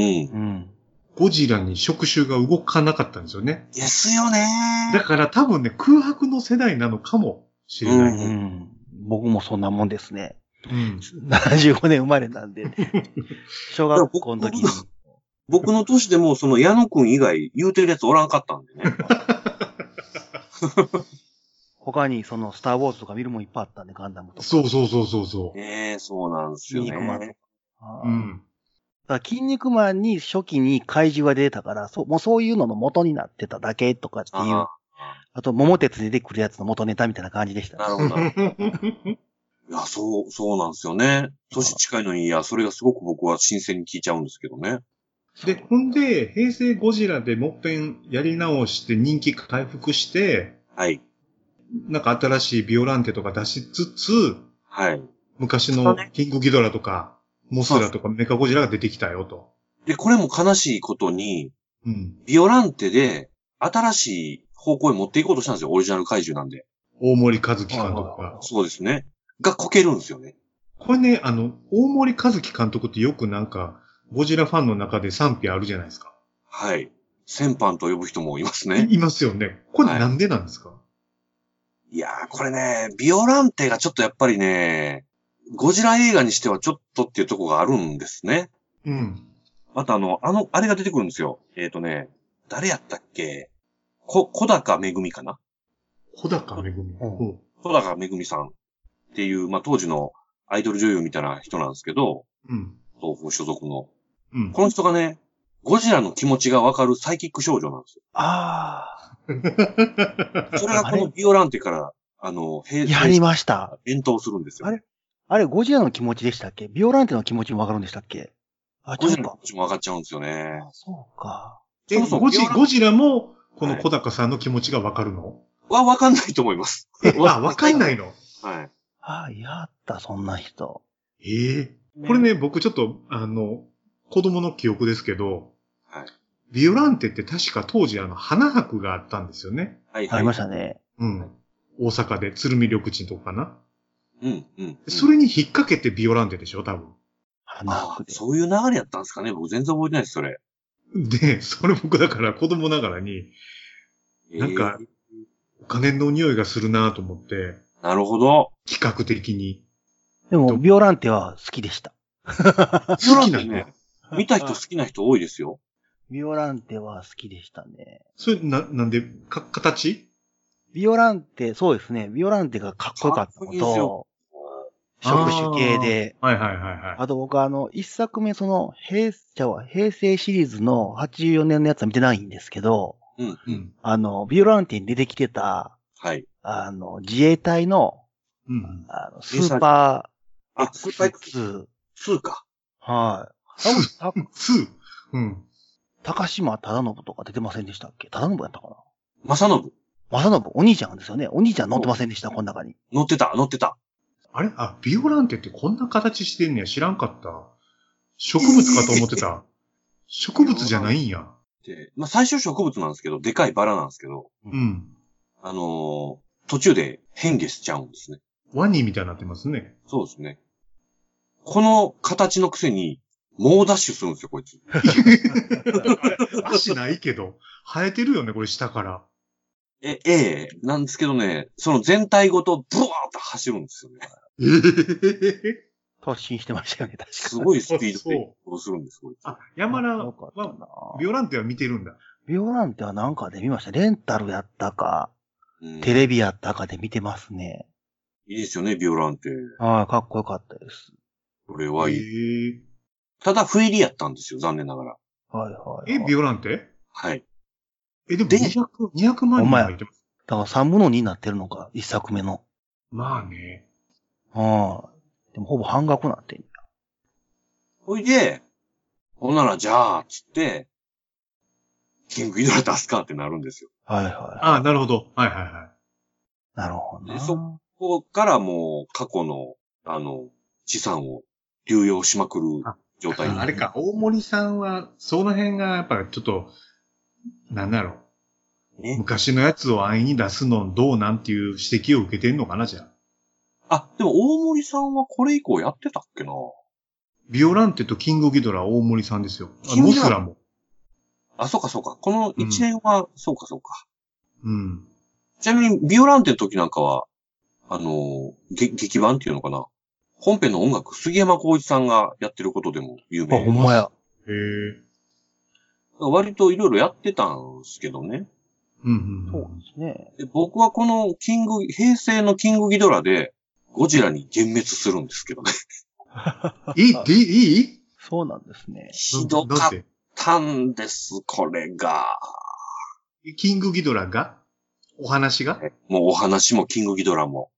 ゴジラに触手が動かなかったんですよね。 ですよね。 だから多分ね、空白の世代なのかもしれない。うんうん、 僕もそんなもんですね。 うん、 ななじゅうごねん生まれなんで、小学校の時に。 僕の年でも、その矢野くん以外言うてるやつおらんかったんでね。 他にそのスターウォーズとか見るもんいっぱいあったんで、ガンダムとか。 そうそうそうそうそう。 ええー、そうなんですよね。 筋肉マンとか。 うん。 だから筋肉マンに初期に怪獣が出たから、そもうそういうのの元になってただけとかっていう。あ, あと、桃鉄出てくるやつの元ネタみたいな感じでした、 ね。なるほど。いや、そう、そうなんですよね。年近いのに、いや、それがすごく僕は新鮮に聞いちゃうんですけどね。 で、ほんで、平成ゴジラでもっぺんやり直して人気回復して、 はい。 なんか新しいビオランテとか出しつつ、 はい。 昔のキングギドラとか、モスラとかメカゴジラが出てきたよと。 で、これも悲しいことに、 うん、 ビオランテで新しい方向へ持っていこうとしたんですよ、オリジナル怪獣なんで。 大森和樹監督が。 そうですね。がこけるんですよね。 これね、あの、大森和樹監督ってよくなんか、ゴジラファンの中で賛否あるじゃないですか。 はい。先般と呼ぶ人もいますね。 いますよね。これなんでなんですか？はい、 いやー、これね、ビオランテがちょっとやっぱりね、ゴジラ映画にしてはちょっとっていうところがあるんですね。 うん。 またあの、あの、あれが出てくるんですよ。えっ、ー、とね、誰やったっけ？こ、小高めぐみかな？ 小高めぐみ。うん。 小高めぐみさんっていう、まあ、当時のアイドル女優みたいな人なんですけど、 うん。 東宝所属の。 うん。 この人がね、ゴジラの気持ちがわかるサイキック少女なんですよ。 ああ。それがこのビオランテから、あの、 平成。やりました。 演闘するんですよ。 あれあれ、ゴジラの気持ちでしたっけ？ビオランテの気持ちもわかるんでしたっけ？ あ、ゴジラの気持ちもわかっちゃうんですよね。 そうか。 え、そうそうゴジ、ゴジラも、この小高さんの気持ちがわかるの？ は、わかんないと思います。 え、あ、わかんないの？ はい。 ああ、やった、そんな人。 ええー。これね、僕ちょっと、あの、子供の記憶ですけど、 はい。 ビオランテって確か当時あの、花博があったんですよね。 はい、はい。ありましたね。 うん。大阪で、鶴見緑地のとこかな。 うん、うん。 それに引っ掛けてビオランテでしょ、多分。 花博で。そういう流れやったんですかね。僕全然覚えてないです、それ。 で、それ僕だから子供ながらに、なんか、お金の匂いがするなと思って。 なるほど。 企画的に。 でも、ビオランテは好きでした。 ビオランテね、見た人好きな人多いですよ。 ビオランテは好きでしたね。 それ、な、なんで、か、形？ ビオランテ、そうですね。ビオランテがかっこよかったのと、 触手系で。 はいはいはいはい。 あと僕あの、一作目その、平、じゃあ平成シリーズのはちじゅうよねんのやつは見てないんですけど、 うん、うん。 あの、ビオランテに出てきてた、 はい。 あの、自衛隊の、 うん。 あの、スーパー、 あ、スーパー X。 ツツーか。 ー。はい。 ツたー。ツー。うん。 高島忠信とか出てませんでしたっけ？忠信やったかな？ 正信。 正信、お兄ちゃんですよね。お兄ちゃん乗ってませんでした、この中に。 乗ってた、乗ってた。 あれあ、ビオランテってこんな形してんねや。知らんかった。植物かと思ってた。植物じゃないんや。 で、まあ、最初植物なんですけど、でかいバラなんですけど、 うん。 あのー、途中で変化しちゃうんですね。 ワニみたいになってますね。 そうですね。この形のくせに、猛ダッシュするんですよ、こいつ。 足ないけど、生えてるよね、これ下から。 え、ええ、なんですけどね、その全体ごとブワーッと走るんですよね。 ええ突進してましたよね、確かすごいスピードで移動するんです、こいつ。 あ、山田よかったは、 な。 ビオランテは見てるんだ。 ビオランテはなんかで見ました。レンタルやったか、 うんテレビやったかで見てますね。 いいですよね、ビオランテ。 はい、かっこよかったです。 これはいい。 えただ、不入りやったんですよ、残念ながら。 はいはい、はい。 え、ビオランテはい。 え、でもでにひゃく、にひゃくまん人入ってます。 だからさんぶんのにになってるのか、一作目の。 まあね。 はい。でもほぼ半額なってんほいで、ほんならじゃあ、つって、キングギドラ出すかってなるんですよ。 はいはい。 ああ、なるほど。はいはいはい。 なるほどな。 でそここからもう過去の、あの、資産を流用しまくる状態に。 あれか、大森さんは、その辺がやっぱちょっと、なんだろう。 ね。 昔のやつを安易に出すのどうなんていう指摘を受けてんのかな、じゃあ。 あ、でも大森さんはこれ以降やってたっけな。 ビオランテとキングギドラは大森さんですよ。あキングギドラモスラも。 あ、そうかそうか。この一年は、そうかそうか。 うん。 ちなみに、ビオランテの時なんかは、あの、げ劇版っていうのかな。本編の音楽、杉山浩一さんがやってることでも有あ、 名。 ほんまや。 へえ。 割といろいろやってたんですけどね。 うんうん。 そうですね。 で僕はこのキング、平成のキングギドラで、ゴジラに幻滅するんですけどね。 いいでいいそうなんですね。 ひどかったんです、これが。 キングギドラがお話がもうお話もキングギドラも。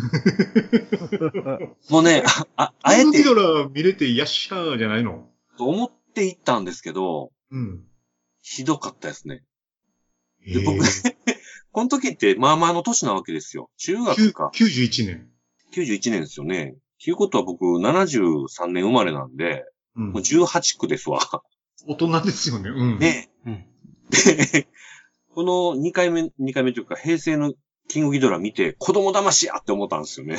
もうね、あ、あ、あえてキングギドラ見れてやっしゃーじゃないのと思っていったんですけど、 うん。 ひどかったですね。 で、 僕この時ってまあまあの年なわけですよ。中学か。 きゅうじゅういちねん。 きゅうじゅういちねんですよね。ということは僕ななじゅうさんねん生まれなんで、 うんもうじゅうはち区ですわ。 大人ですよね。うん。 ね。 うん。 で、このにかいめ、にかいめというか平成のキングギドラ見て子供騙しやって思ったんですよね。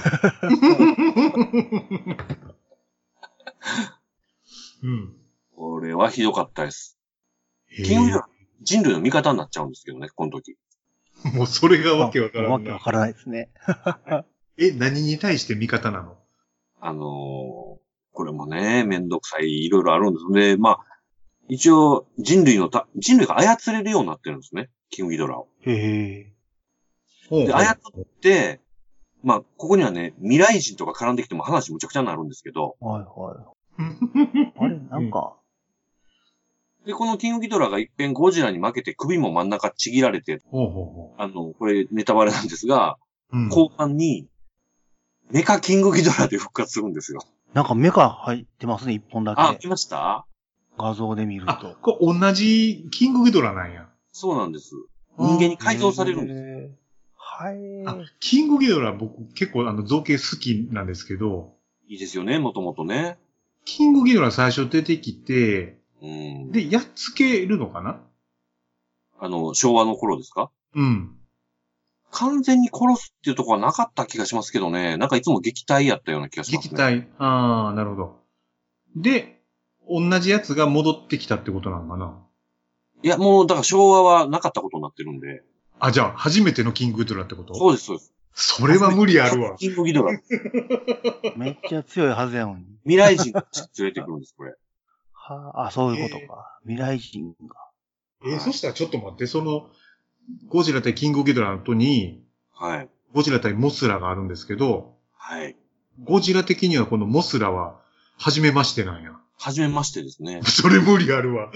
うん。 これはひどかったです。キングギドラ、人類の味方になっちゃうんですけどね、この時。 もうそれがわけわからんな。 わけわからないですね。 え、何に対して味方なのあのー、これもね、めんどくさい、いろいろあるんですね。まあ、一応、人類のた、人類が操れるようになってるんですね。キングギドラを。 へで、操って、まあ、ここにはね、未来人とか絡んできても話むちゃくちゃになるんですけど。 はいはい。あれ、なんか、 で、このキングギドラが一遍ゴジラに負けて首も真ん中ちぎられて、 ほうほうほあの、これネタバレなんですが、 う。うん、 後半に、メカキングギドラで復活するんですよ。 なんか目が入ってますね、一本だあ、 け。 来ました？ 画像で見るあ、 と。 これ同じキングギドラなんや。 そうなんです。人間に改造されるんです。 へーはい。 あ、キングギドラ僕結構あの造形好きなんですけど、 いいですよね、もともとね。 キングギドラ最初出てきて、 うん。 で、やっつけるのかなあの、昭和の頃ですか？ うん。 完全に殺すっていうところはなかった気がしますけどね。なんかいつも撃退やったような気がしますね。 撃退。ああ、なるほど。で、同じやつが戻ってきたってことなのかないや、もう、だから昭和はなかったことになってるんで。 あ、じゃあ、初めてのキングギドラってことそうです、そうです。 それは無理あるわ。 キングギドラ。 めっちゃ強いはずやのに。 未来人が連れてくるんです、これ。 はあ、あ、そういうことか。未来人が。 えーはいそしたらちょっと待って、その、ゴジラ対キングギドラの後に、 はい。 ゴジラ対モスラがあるんですけど、 はい。 ゴジラ的にはこのモスラは、初めましてなんや。 初めましてですね。 それ無理あるわ。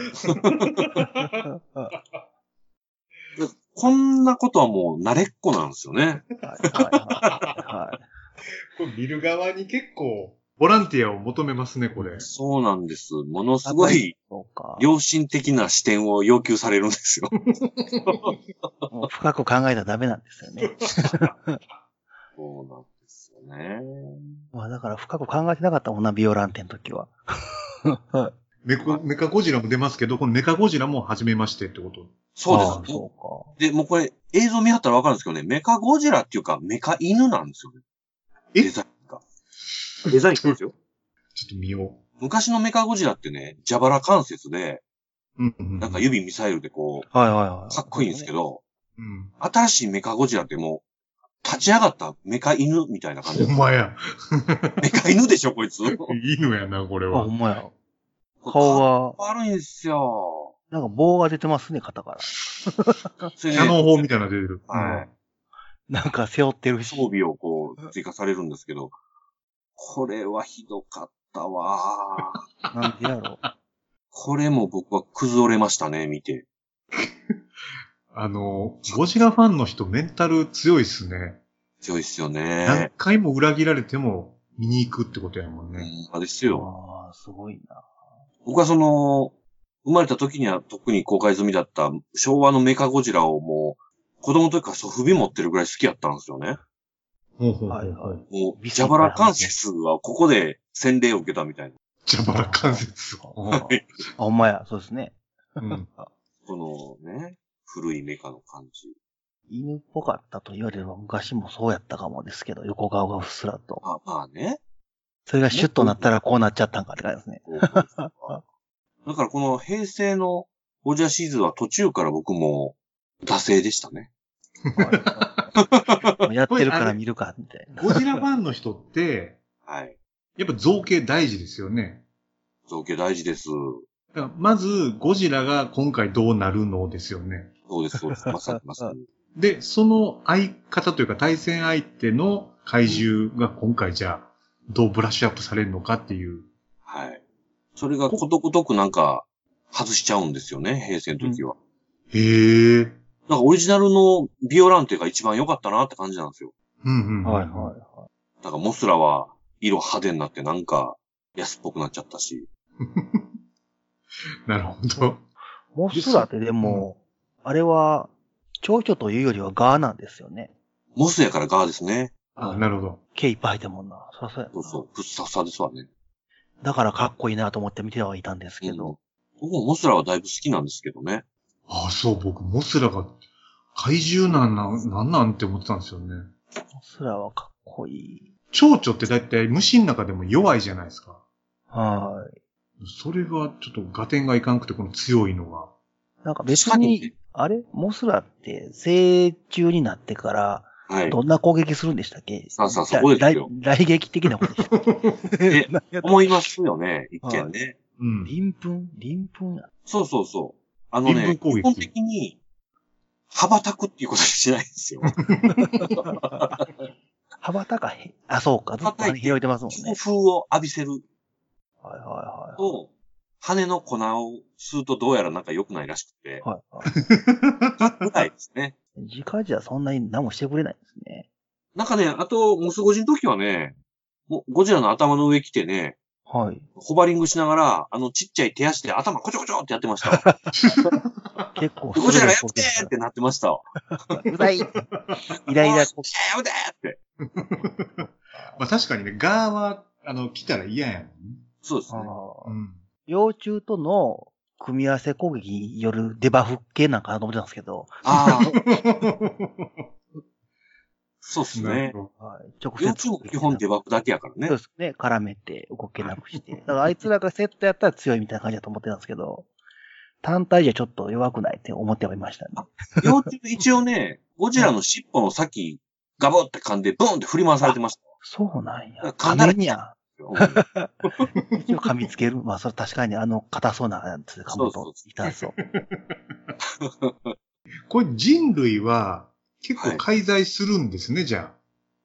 こんなことはもう慣れっこなんですよね。 はいはいはい。 これ見る側に結構、ボランティアを求めますね、これ。 そうなんです。ものすごい、良心的な視点を要求されるんですよ。 もう深く考えたらダメなんですよね。 そうなんですよね。 まあだから深く考えてなかったもんな、ビオランテの時は。 メカ、メカゴジラも出ますけど、このメカゴジラも初めましてってこと？ そうです。 ああそうか。 で、もうこれ映像見張ったらわかるんですけどね、メカゴジラっていうか、メカ犬なんですよね。 えデザインが。デザインですよ。 ちょっと見よう。 昔のメカゴジラってね、蛇腹関節で、 うんうんうん、 なんか指ミサイルでこう、 はいはいはい。 かっこいいんですけど、 うん、 新しいメカゴジラってもう、立ち上がったメカ犬みたいな感じ。 ほんまや。 メカ犬でしょ、こいつ。 犬やな、これは。 あ、ほんまや。顔が。 悪いんですよ。 なんか棒が出てますね、肩から。 キャノン砲みたいなの出てる。 はい。 なんか背負ってるし。 装備をこう、追加されるんですけど、これはひどかったわー。なんでやろう。 これも僕は崩れましたね、見て。 あの、ゴジラファンの人メンタル強いっすね。 強いっすよね。 何回も裏切られても見に行くってことやもんね。 うん、あですよ。 ああ、すごいな。 僕はその、生まれた時には特に公開済みだった昭和のメカゴジラをもう、子供の時からソフビ持ってるぐらい好きやったんですよね。 ほうほうほう。 はいはい。 もう、蛇腹関節はここで洗礼を受けたみたいな。 蛇腹関節。 あ、ほんまや、そうですね。 うん、このね、古いメカの感じ。 犬っぽかったと言われれば昔もそうやったかもですけど、横顔がうっすらと。 あ、まあね。 それがシュッとなったらこうなっちゃったんかって感じですね。 だからこの平成のゴジラシリーズは途中から僕も惰性でしたね。 やってるから見るか、みたいな。 ゴジラファンの人って、 はい。 やっぱ造形大事ですよね。 造形大事です。 だからまず、ゴジラが今回どうなるのですよね。 そうです、そうです。まさにまさに。 で、その相方というか対戦相手の怪獣が今回じゃあ、どうブラッシュアップされるのかっていう。 はい。それがことごとくなんか、外しちゃうんですよね、平成の時は。 うん、へえ。 なんかオリジナルのビオランテが一番良かったなって感じなんですよ。 うんうん、うん。 はいはいはい。 だからモスラは色派手になってなんか安っぽくなっちゃったし。 なるほど。 モスラってでも、うん、あれは、蝶々というよりはガーなんですよね。 モスやからガーですね。 ああ、なるほど。 毛いっぱい入ってるもんな。そうそうやな。 そうそう。ふっさふさですわね。 だからかっこいいなと思って見てはいたんですけど。うん、 僕もモスラはだいぶ好きなんですけどね。 ああ、そう、僕、モスラが怪獣なんなん、なんなんって思ってたんですよね。 モスラはかっこいい。 蝶々ってだいたい虫の中でも弱いじゃないですか。 はい。 それがちょっと合点がいかんくて、この強いのが。 なんか別に、あれモスラって成虫になってから、はい、どんな攻撃するんでしたっけ？ さあさあ、そこですよ。 雷撃的なことでしたっけえ、思いますよね、一見ね。はい、 うん。鱗粉鱗粉や。 そうそうそう。あのね、基本的に、羽ばたくっていうことしないんですよ。 羽ばたかへん。あ、そうか。ずっと羽広いてますもんね。 風を浴びせる。 はいはいはい。 と、羽の粉を吸うとどうやらなんか良くないらしくて。はいはい。ぐらいですね。 直じゃそんなに何もしてくれないんですね。 なんかね、あと、モスゴジの時はね、ゴジラの頭の上来てね、 はい。 ホバリングしながら、あのちっちゃい手足で頭コチョコチョってやってました。 結構ゴジラがやってーってなってました。 うざい。イライラ。 やめてーって。 まあ確かにね、ガーは、あの、来たら嫌やもんね。 そうですね。 うん、幼虫との組み合わせ攻撃によるデバフ系なんかなと思ってたんですけど。 ああ。そうですね。 はい。直接。幼虫も基本デバフだけやからね。 そうですね。絡めて動けなくして。だからあいつらがセットやったら強いみたいな感じだと思ってたんですけど、単体じゃちょっと弱くないって思ってはいましたね。 幼虫一応ね、ゴジラの尻尾の先、ガボって噛んで、ボンって振り回されてました。 そうなんや。 噛んだらにゃ。一応噛みつける。まあ、それ確かにあの、硬そうなやつ噛むと痛そう。 これ人類は結構介在するんですね、はい、じゃあ。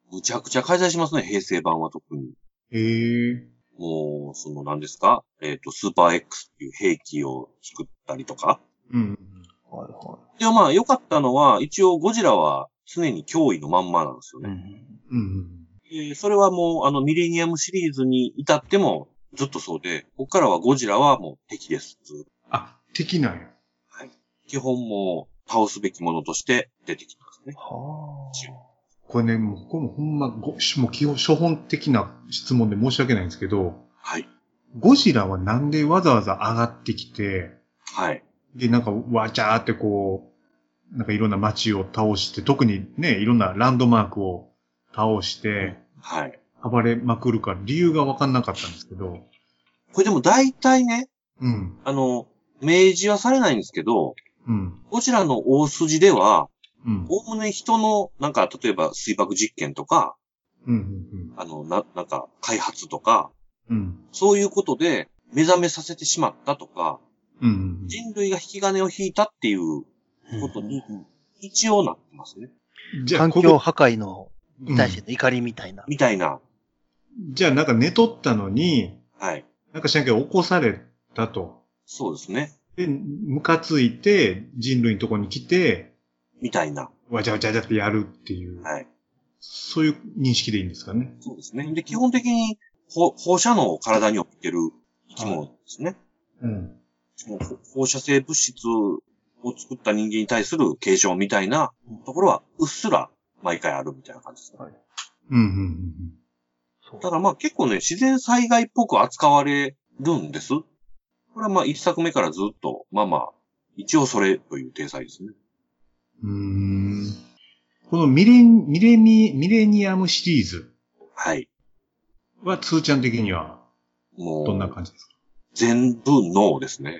むちゃくちゃ開催しますね、平成版は特に。 へえ。 もう、その何ですかえっ、と、スーパー X っていう兵器を作ったりとか。 うん。 はいはでもまあ、良かったのは、一応ゴジラは常に脅威のまんまなんですよい。うね。 ん。 うん。 でそれはもう、あの、ミレニアムシリーズに至ってもずっとそうで、ここからはゴジラはもう敵です。 あ、敵なんや。 はい。基本もう倒すべきものとして出てきますね。 はあ。 これね、もう、これもほんま、ご、もう基本、初本的な質問で申し訳ないんですけど、 はい。 ゴジラはなんでわざわざ上がってきて、 はい。 で、なんか、わちゃーってこう、なんかいろんな街を倒して、特にね、いろんなランドマークを倒して、 はい。 暴れまくるか理由がわかんなかったんですけど、 これでも大体ね、 うん、 あの、明示はされないんですけど、 うん、 ゴジラの大筋では、 うん、 おおむね人の、なんか、例えば水爆実験とか、 うん、うん、 あの、な、なんか、開発とか、 うん、 そういうことで目覚めさせてしまったとか、 うん。 人類が引き金を引いたっていうことに、一応なってますね。 じゃあ、 環ここ、 境破壊の、に対しうんての怒りみたいな。 みたいな。 じゃあなんか寝とったのに、 はい。 なんか知らんけど起こされたと。 そうですね。 で、ムカついて人類のとこに来て、 みたいな。 わちゃわちゃわちゃってやるっていう、 はい。 そういう認識でいいんですかね。 そうですね。で、基本的に放放射能を体に起きてる生き物ですね。 うん。 もう放射性物質を作った人間に対する継承みたいなところはうっすら毎回あるみたいな感じですね。はい、 うん、うん、うん。 そうだからまあ結構ね、自然災害っぽく扱われるんです。これはまあ一作目からずっと、まあまあ、一応それという体裁ですね。 うーん。このミレン、ミレミ、ミレニアムシリーズはい。 は、つーちゃん的には、 もう、 どんな感じですか？ 全部ノーですね。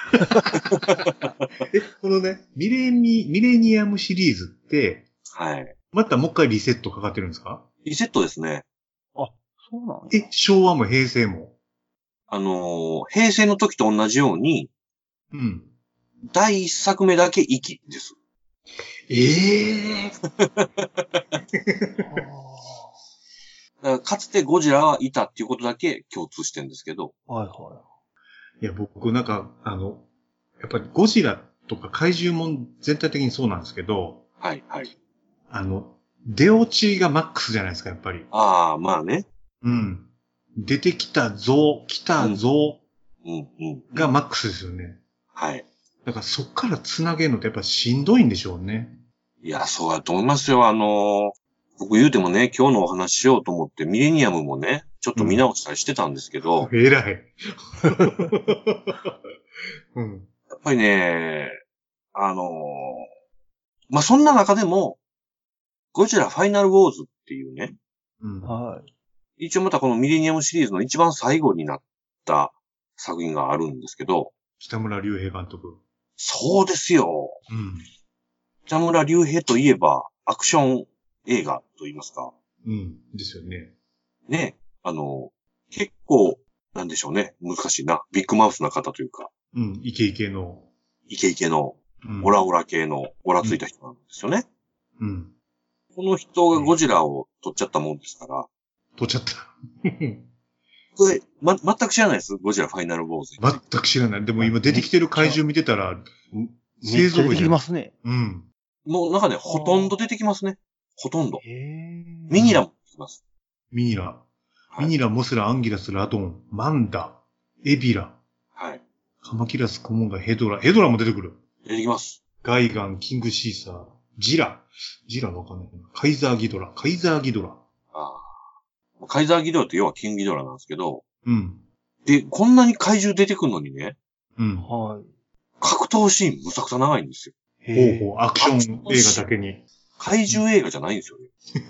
え、このね、ミレミ、ミレニアムシリーズって、 はい。 またもう一回リセットかかってるんですか？ リセットですね。 あ、そうなんや。 え、昭和も平成も。 あのー平成の時と同じように、 うん。 第一作目だけ息です。 ええだからかつてゴジラはいたっていうことだけ共通してるんですけど。 はいはいや、僕なんか、あの、やっぱりゴジラとか怪獣もん全体的にそうなんですけど、 はい、はい。 あの、出落ちがマックスじゃないですか、やっぱり。 ああ、まあね。 うん。出てきたぞ、来たぞうん、うん。 がマックスですよね。 はい。 だからそっから繋げるのってやっぱしんどいんでしょうね。 いや、そうだと思いますよ。あのー僕言うてもね、今日のお話しようと思ってミレニアムもね、ちょっと見直したりしてたんですけど、 えらい。うん。 やっぱりね、あのーまあ、そんな中でも、ゴジラファイナルウォーズっていうね、 うん。 はい。 一応またこのミレニアムシリーズの一番最後になった作品があるんですけど、 北村隆平監督。 そうですよ。 うん。 北村隆平といえば、アクション映画と言いますか。 うん。ですよね。 ね。あの、結構、なんでしょうね。難しいな。ビッグマウスな方というか、 うん。イケイケの。 イケイケの、 うん。 オラオラ系の、オラついた人なんですよね。 うん。 この人がゴジラを撮っちゃったもんですから、 取っちゃった。 これ、ま、全く知らないです。ゴジラファイナルウォーズ。 全く知らない。でも今出てきてる怪獣見てたら、 めっちゃ出てきますね。 うん。 もうなんかね、ほとんど出てきますね。ほとんど。 へえ。 ミニラも出てきます。 ミニラ。 はいミニラ、モスラ、アンギラス、ラドン、マンダ、エビラ、 はい。 カマキラス、コモンガ、ヘドラ。ヘドラも出てくる。 出てきます。 ガイガン、キングシーサー、ジラ。ジラわかんないな。カイザーギドラ。カイザーギドラ。 ああ。カイザーギドラって要はキングギドラなんですけど、 うん。 で、こんなに怪獣出てくるのにね、 うん。 はい。 格闘シーンむちゃくちゃ長いんですよ。 ほうほう、アクション映画だけに。 怪獣映画じゃないんですよね。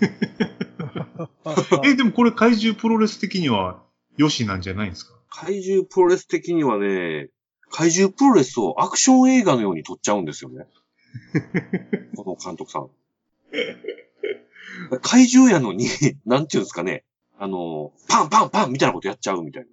え、でもこれ怪獣プロレス的には、よしなんじゃないんですか？ 怪獣プロレス的にはね、怪獣プロレスをアクション映画のように撮っちゃうんですよね。この監督さん。怪獣やのに、なんていうんですかね。あの、パンパンパンみたいなことやっちゃうみたい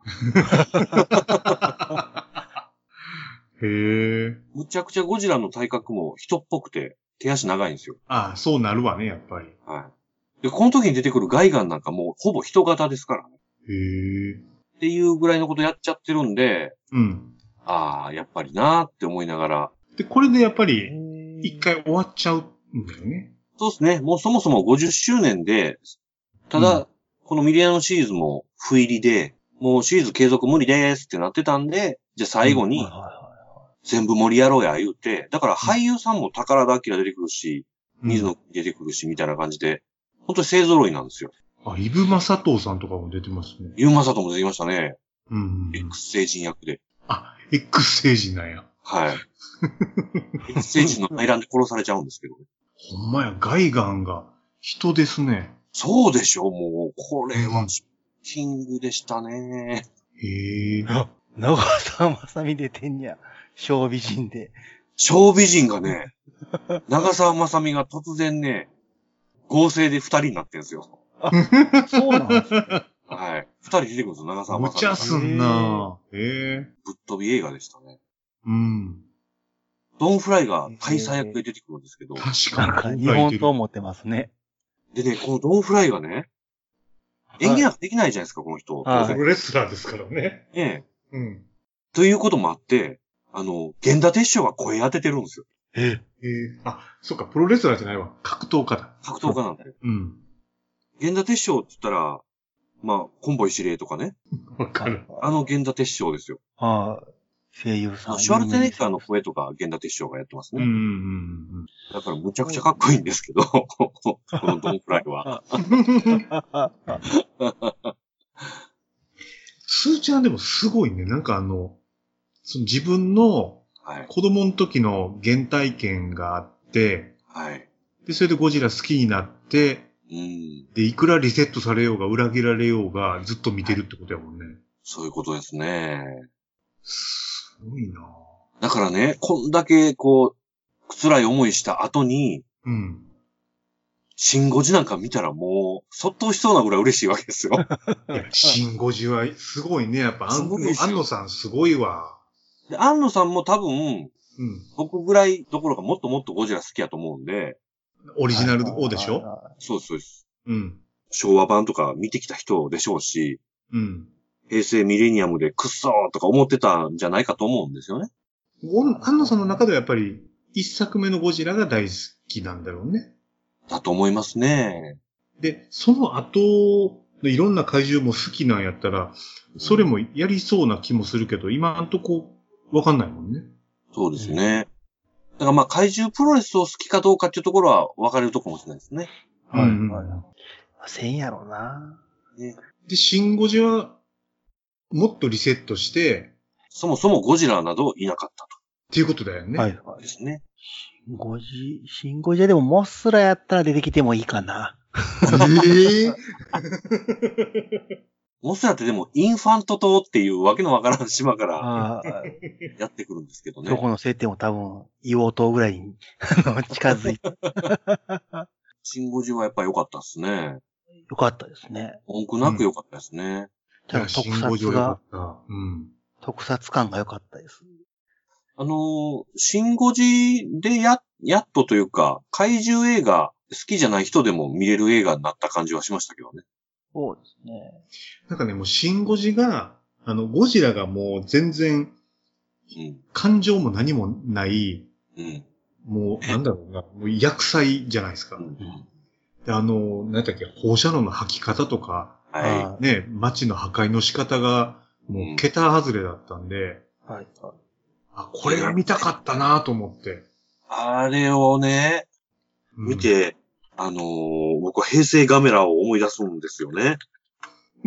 な。 へえ。 むちゃくちゃゴジラの体格も人っぽくて、手足長いんですよ。 ああ、そうなるわね、やっぱり。 はい。 で、この時に出てくるガイガンなんかもうほぼ人型ですからね。 へえ。 っていうぐらいのことやっちゃってるんで、 うん。 ああ、やっぱりなーって思いながら。 で、これでやっぱり、一回終わっちゃうんだよね。 そうですね。もうそもそもごじゅっしゅうねんで、ただ、うん、このミリアのシリーズも不入りで、もうシリーズ継続無理ですってなってたんで、じゃあ最後に、全部盛りやろうや言うて、だから俳優さんも宝田明出てくるし、うん、水野出てくるし、みたいな感じで、本当に勢揃いなんですよ。 あ、イブマサトウさんとかも出てますね。 イブマサトウも出てきましたね。 うん、うん。 X 星人役で。 あ、X 星人なんや。 はい。X 星人の内乱で殺されちゃうんですけど。 ほんまや、ガイガンが人ですね。 そうでしょ、もう、これは、キングでしたね。 へえ。 あ、長澤まさみ出てんや。小美人で。 小美人がね、長澤まさみが突然ね、合成で二人になってんですよ。 あ、そうなんですね。 はい。二人出てくるんですよ、長澤まさみ。 無茶すんなぁ。へえ。 ぶっ飛び映画でしたね。 うん。 ドンフライが大佐役で出てくるんですけど。 確かに。 なんか日本刀持ってますね。 でね、このドンフライがね、演技なんかできないじゃないですか、この人。 プロレスラーですからね。 ええ。 うん。 ということもあって、あの、源田鉄章が声当ててるんですよ。 ええ。ええ。あ、そっか、プロレスラーじゃないわ。格闘家だ。 格闘家なんだよ。 うん。 源田鉄章って言ったら、まあ、コンボイ司令とかね。 わかる。 あの源田鉄章ですよ。 ああ、声優さん。 シュワルツェネッガーの声とか源田鉄章がやってますね。 うんうんうん。 だからむちゃくちゃかっこいいんですけど、このドンフライは。 スーちゃんでもすごいね。なんかあの、その自分の子供の時の原体験があって、 はい。 で、それでゴジラ好きになって、 うん。 で、いくらリセットされようが裏切られようがずっと見てるってことやもんね。はい、 そういうことですね。 すごいなだからね、こんだけこう、辛い思いした後に、 うん。 シンゴジなんか見たらもう、そっとしそうなぐらい嬉しいわけですよ。 いや、シンゴジはすごいね。やっぱ、安野さんすごいわ。 で、安野さんも多分、 うん、 僕ぐらいどころかもっともっとゴジラ好きやと思うんで。 オリジナル王でしょ？ そうです、そうです。 うん。 昭和版とか見てきた人でしょうし、 うん。 平成ミレニアムでクッソーとか思ってたんじゃないかと思うんですよね。 安野さんの中ではやっぱり、一作目のゴジラが大好きなんだろうね。 だと思いますね。 で、その後、いろんな怪獣も好きなんやったら、それもやりそうな気もするけど、今んとこわかんないもんね。 そうですね。だからまあ怪獣プロレスを好きかどうかっていうところは分かれるとこかもしれないですね。 はい、はい。せんやろうな。 ね、で、シンゴジは、もっとリセットして、 そもそもゴジラなどいなかったと。 っていうことだよね。 はい。 ですね。 シンゴジ、シンゴジはでもモスラやったら出てきてもいいかな。 ええー、 モスラってでもインファント島っていうわけのわからん島からやってくるんですけどね。 そこの設定も多分、硫黄島ぐらいに近づいて。 シンゴジはやっぱり良かったですね。 良かったですね。 文句なく良かったですね。 うん、特撮が、 うん、 特撮感が良かったです。 あのー、シンゴジでや、やっとというか、怪獣映画好きじゃない人でも見れる映画になった感じはしましたけどね。 そうですね。 なんかね、もうシンゴジが、あの、ゴジラがもう全然、うん、感情も何もない、うん、もう、なんだろうな、もう薬剤じゃないですか。うん、であの、なんだっけ、放射能の吐き方とか、はい、ね、街の破壊の仕方が、もう、桁外れだったんで、うん、はい。あ、これが見たかったなと思って。 あれをね、見て、うん、あのー、僕は平成ガメラを思い出すんですよね。 うん、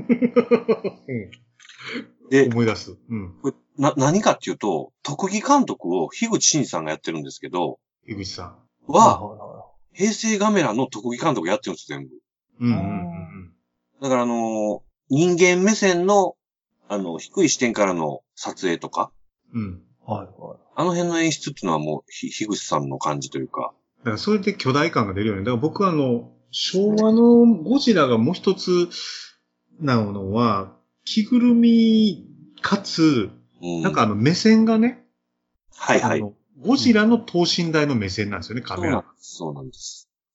で、思い出す。うん。 これな、何かっていうと、特技監督を樋口真嗣さんがやってるんですけど、 樋口さんは、平成ガメラの特技監督やってるんです、全部。 うんうんうん。 だからあのー、人間目線の、あの、低い視点からの撮影とか、 うん。 はいはい。 あの辺の演出っていうのはもう、ひ、樋口さんの感じというか。 だからそれで巨大感が出るよね。だから僕はあの、昭和のゴジラがもう一つなのは、着ぐるみかつ、うん、なんかあの目線がね、 はいはい。 ゴジラの等身大の目線なんですよね、カメラ。 そうなんです。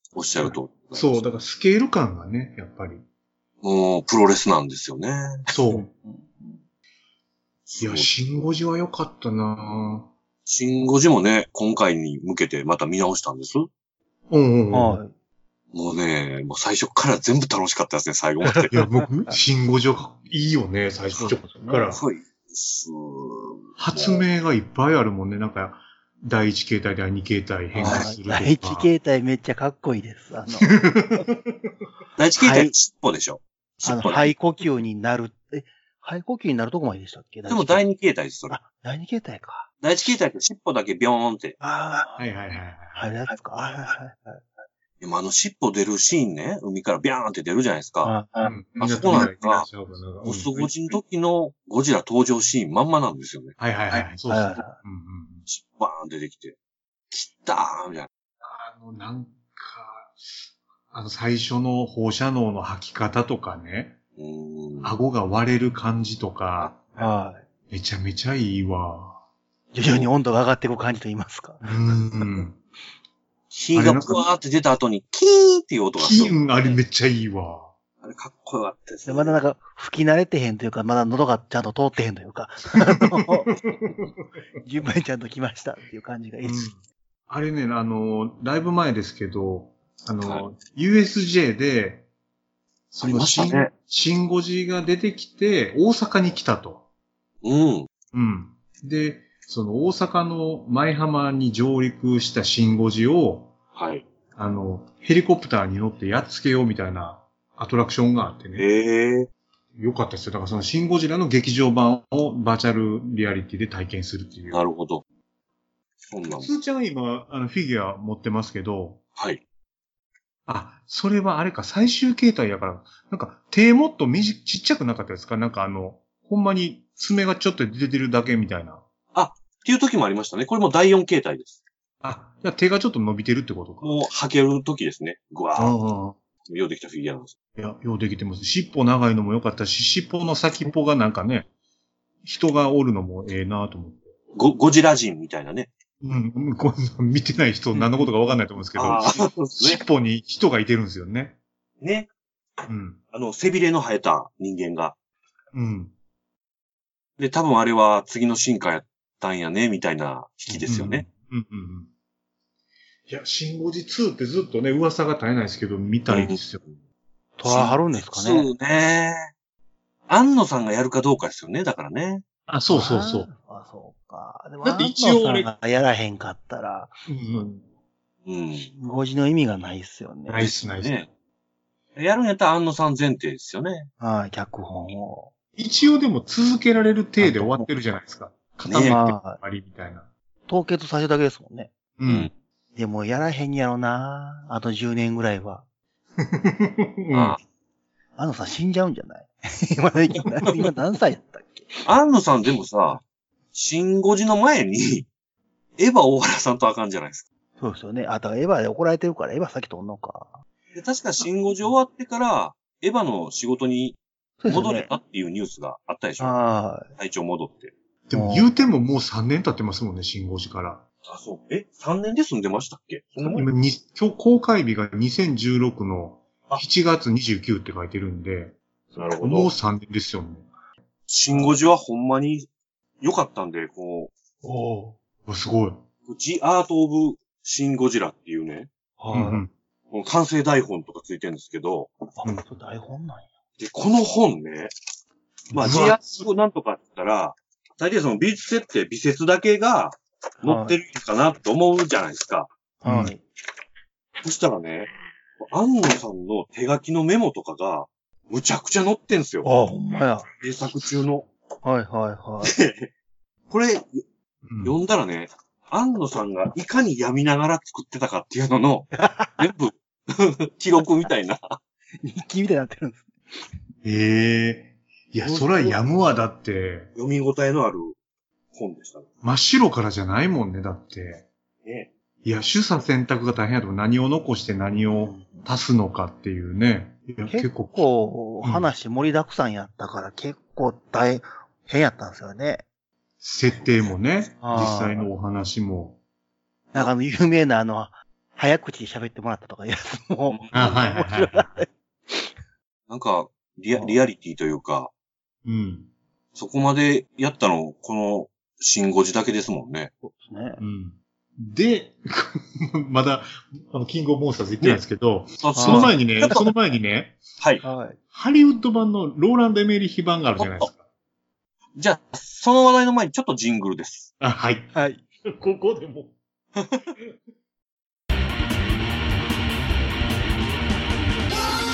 おっしゃると。 そう、だからスケール感がね、やっぱり。 もう、プロレスなんですよね。 そう。いや、シンゴジは良かったなぁ。 シンゴジもね、今回に向けてまた見直したんです。 うんうんうん。 はい。 もうね、もう最初から全部楽しかったですね、最後まで。 いや、僕、シンゴジはいいよね、最初から。 はい。 発明がいっぱいあるもんね、なんか、第一形態、第二形態変化するとか。 第一形態めっちゃかっこいいです。あの、 第一形態尻尾でしょ。 あの、肺呼吸になる、え、肺呼吸になるとこまででしたっけ？ でも第二形態です、それ。 あ、第二形態か。 第一形態って尻尾だけビョーンって。 ああ。はいはいはい。 はい、やつか。はいはいはい。 でもあの尻尾出るシーンね、海からビャーンって出るじゃないですか。 あ、 うん、あそこなんか、オスゴジの時のゴジラ登場シーンまんまなんですよね。 はいはいはい。そうそう。 尻尾バーン出てきて、切ったーみたいな。 あの、なんか、あの最初の放射能の吐き方とかね。うん。顎が割れる感じとか。 はい。 めちゃめちゃいいわ。 徐々に温度が上がっていく感じと言いますか。 うん。 火がブワーって出た後に、キーっていう音がする。 キーン、あれめっちゃいいわ。 あれかっこよかったですね。 まだなんか、吹き慣れてへんというか、まだ喉がちゃんと通ってへんというか、順番にちゃんと来ましたっていう感じがいいです。うん、 あれね、あの、ライブ前ですけど、あの、はい、ユーエスジェー で、そのシン、ね、シンゴジが出てきて、大阪に来たと。 うん。 うん。で、その大阪の舞浜に上陸したシンゴジを、 はい。 あの、ヘリコプターに乗ってやっつけようみたいなアトラクションがあってね。 へえ。 よかったですよ。だからそのシンゴジラの劇場版をバーチャルリアリティで体験するっていう。 なるほど。そんな。 つーちゃんは今、あの、フィギュア持ってますけど。 はい。 あ、それはあれか、最終形態やから、なんか手もっとみじ、ちっちゃくなかったですか？なんかあの、ほんまに爪がちょっと出てるだけみたいな。 あ、っていう時もありましたね。これもだいよん形態です。 あ、じゃあ手がちょっと伸びてるってことか。 もう、履ける時ですね。ぐわーっと。ようできたフィギュアなんです。 いや、ようできてます。尻尾長いのも良かったし、尻尾の先っぽがなんかね、人がおるのもええなと思って。 ゴ、ゴジラ人みたいなね。 うん、こん見てない人何のことか分かんないと思うんですけど、あね、尻尾に人がいてるんですよね。 ね。 うん。 あの、背びれの生えた人間が。 うん。 で、多分あれは次の進化やったんやね、みたいな引きですよね。 うん、うん、うんうん。いや、シンゴジツーってずっとね、噂が絶えないですけど、見たいですよ。 トラハるんですかね。 そうね。安野さんがやるかどうかですよね、だからね。 あ、そうそうそう。 あ、そうか。でも、 だって一応俺がやらへんかったら、 うん。 うん。 ごじの意味がないっすよね。 ないっす、ないっす。ね。 やるんやったら安野さん前提ですよね。 はい、脚本を。 一応でも続けられる体で終わってるじゃないですか。固めて終わりみたいな。 凍結させるだけですもんね。 うん。 でもやらへんやろな。あとじゅうねんぐらいは。 うん。あ安野さん死んじゃうんじゃない今、今何歳だったっけ？ 安野さんでもさ、シンゴジの前に、エヴァ大原さんとあかんじゃないですか。 そうですよね。あ、だからエヴァで怒られてるから、エヴァ先取んのか。 で確かシンゴジ終わってから、エヴァの仕事に戻れたっていうニュースがあったでしょ。 はい。 体調戻って。 でも言うてももうさんねん経ってますもんね、シンゴジから。 あ、そう。え ?さん 年で住んでましたっけ？ 今に、今日公開日がにせんじゅうろくのしちがつにじゅうくって書いてるんで、 なるほど。 もうさんねんですよね。 シンゴジはほんまに良かったんで、こう。おお、すごい。 ジ・アート・オブ・シン・ゴジラっていうね。 はい、 うんうん。完成台本とかついてるんですけど。 あ、うん、台本なんや。 で、この本ね、まあ、ジ・アートなんとかって言ったら、大抵その美術設定、美説だけが載ってるかなと思うじゃないですか。 はい。うん、 そしたらね、安野さんの手書きのメモとかが、むちゃくちゃ載ってんすよ。 あ、ほんまや。 制作中の。 はいはいはい。 これ、うん、読んだらね、安野さんがいかに病みながら作ってたかっていうのの、全部、記録みたいな。 日記みたいになってるんです。 ええー。いや、そら病むわ、だって。 読み応えのある本でしたね。 真っ白からじゃないもんね、だって。 ね。 いや、取捨選択が大変やと何を残して何を足すのかっていうね。いや結構、結構話盛りだくさんやったから、うん、結構大変やったんですよね。 設定もね、実際のお話も。 なんかあの、有名なあの、 早口で喋ってもらったとかいうやつも、 あ、はいはいはいはい。 なんかリア、リアリティというか、 うん。 そこまでやったの、この、シンゴジだけですもんね。 そうですね。 うん。で、まだ、あの、キングオブモンスターズ言ってないんですけど、ね、その前にね、その前にね、 はい。 ハリウッド版のローランド・エメリヒ版があるじゃないですか。 じゃあ、その話題の前にちょっとジングルです。 あ、はい。 はい。 ここでも。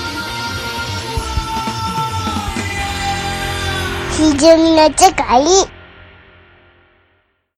ひじゅみの世界。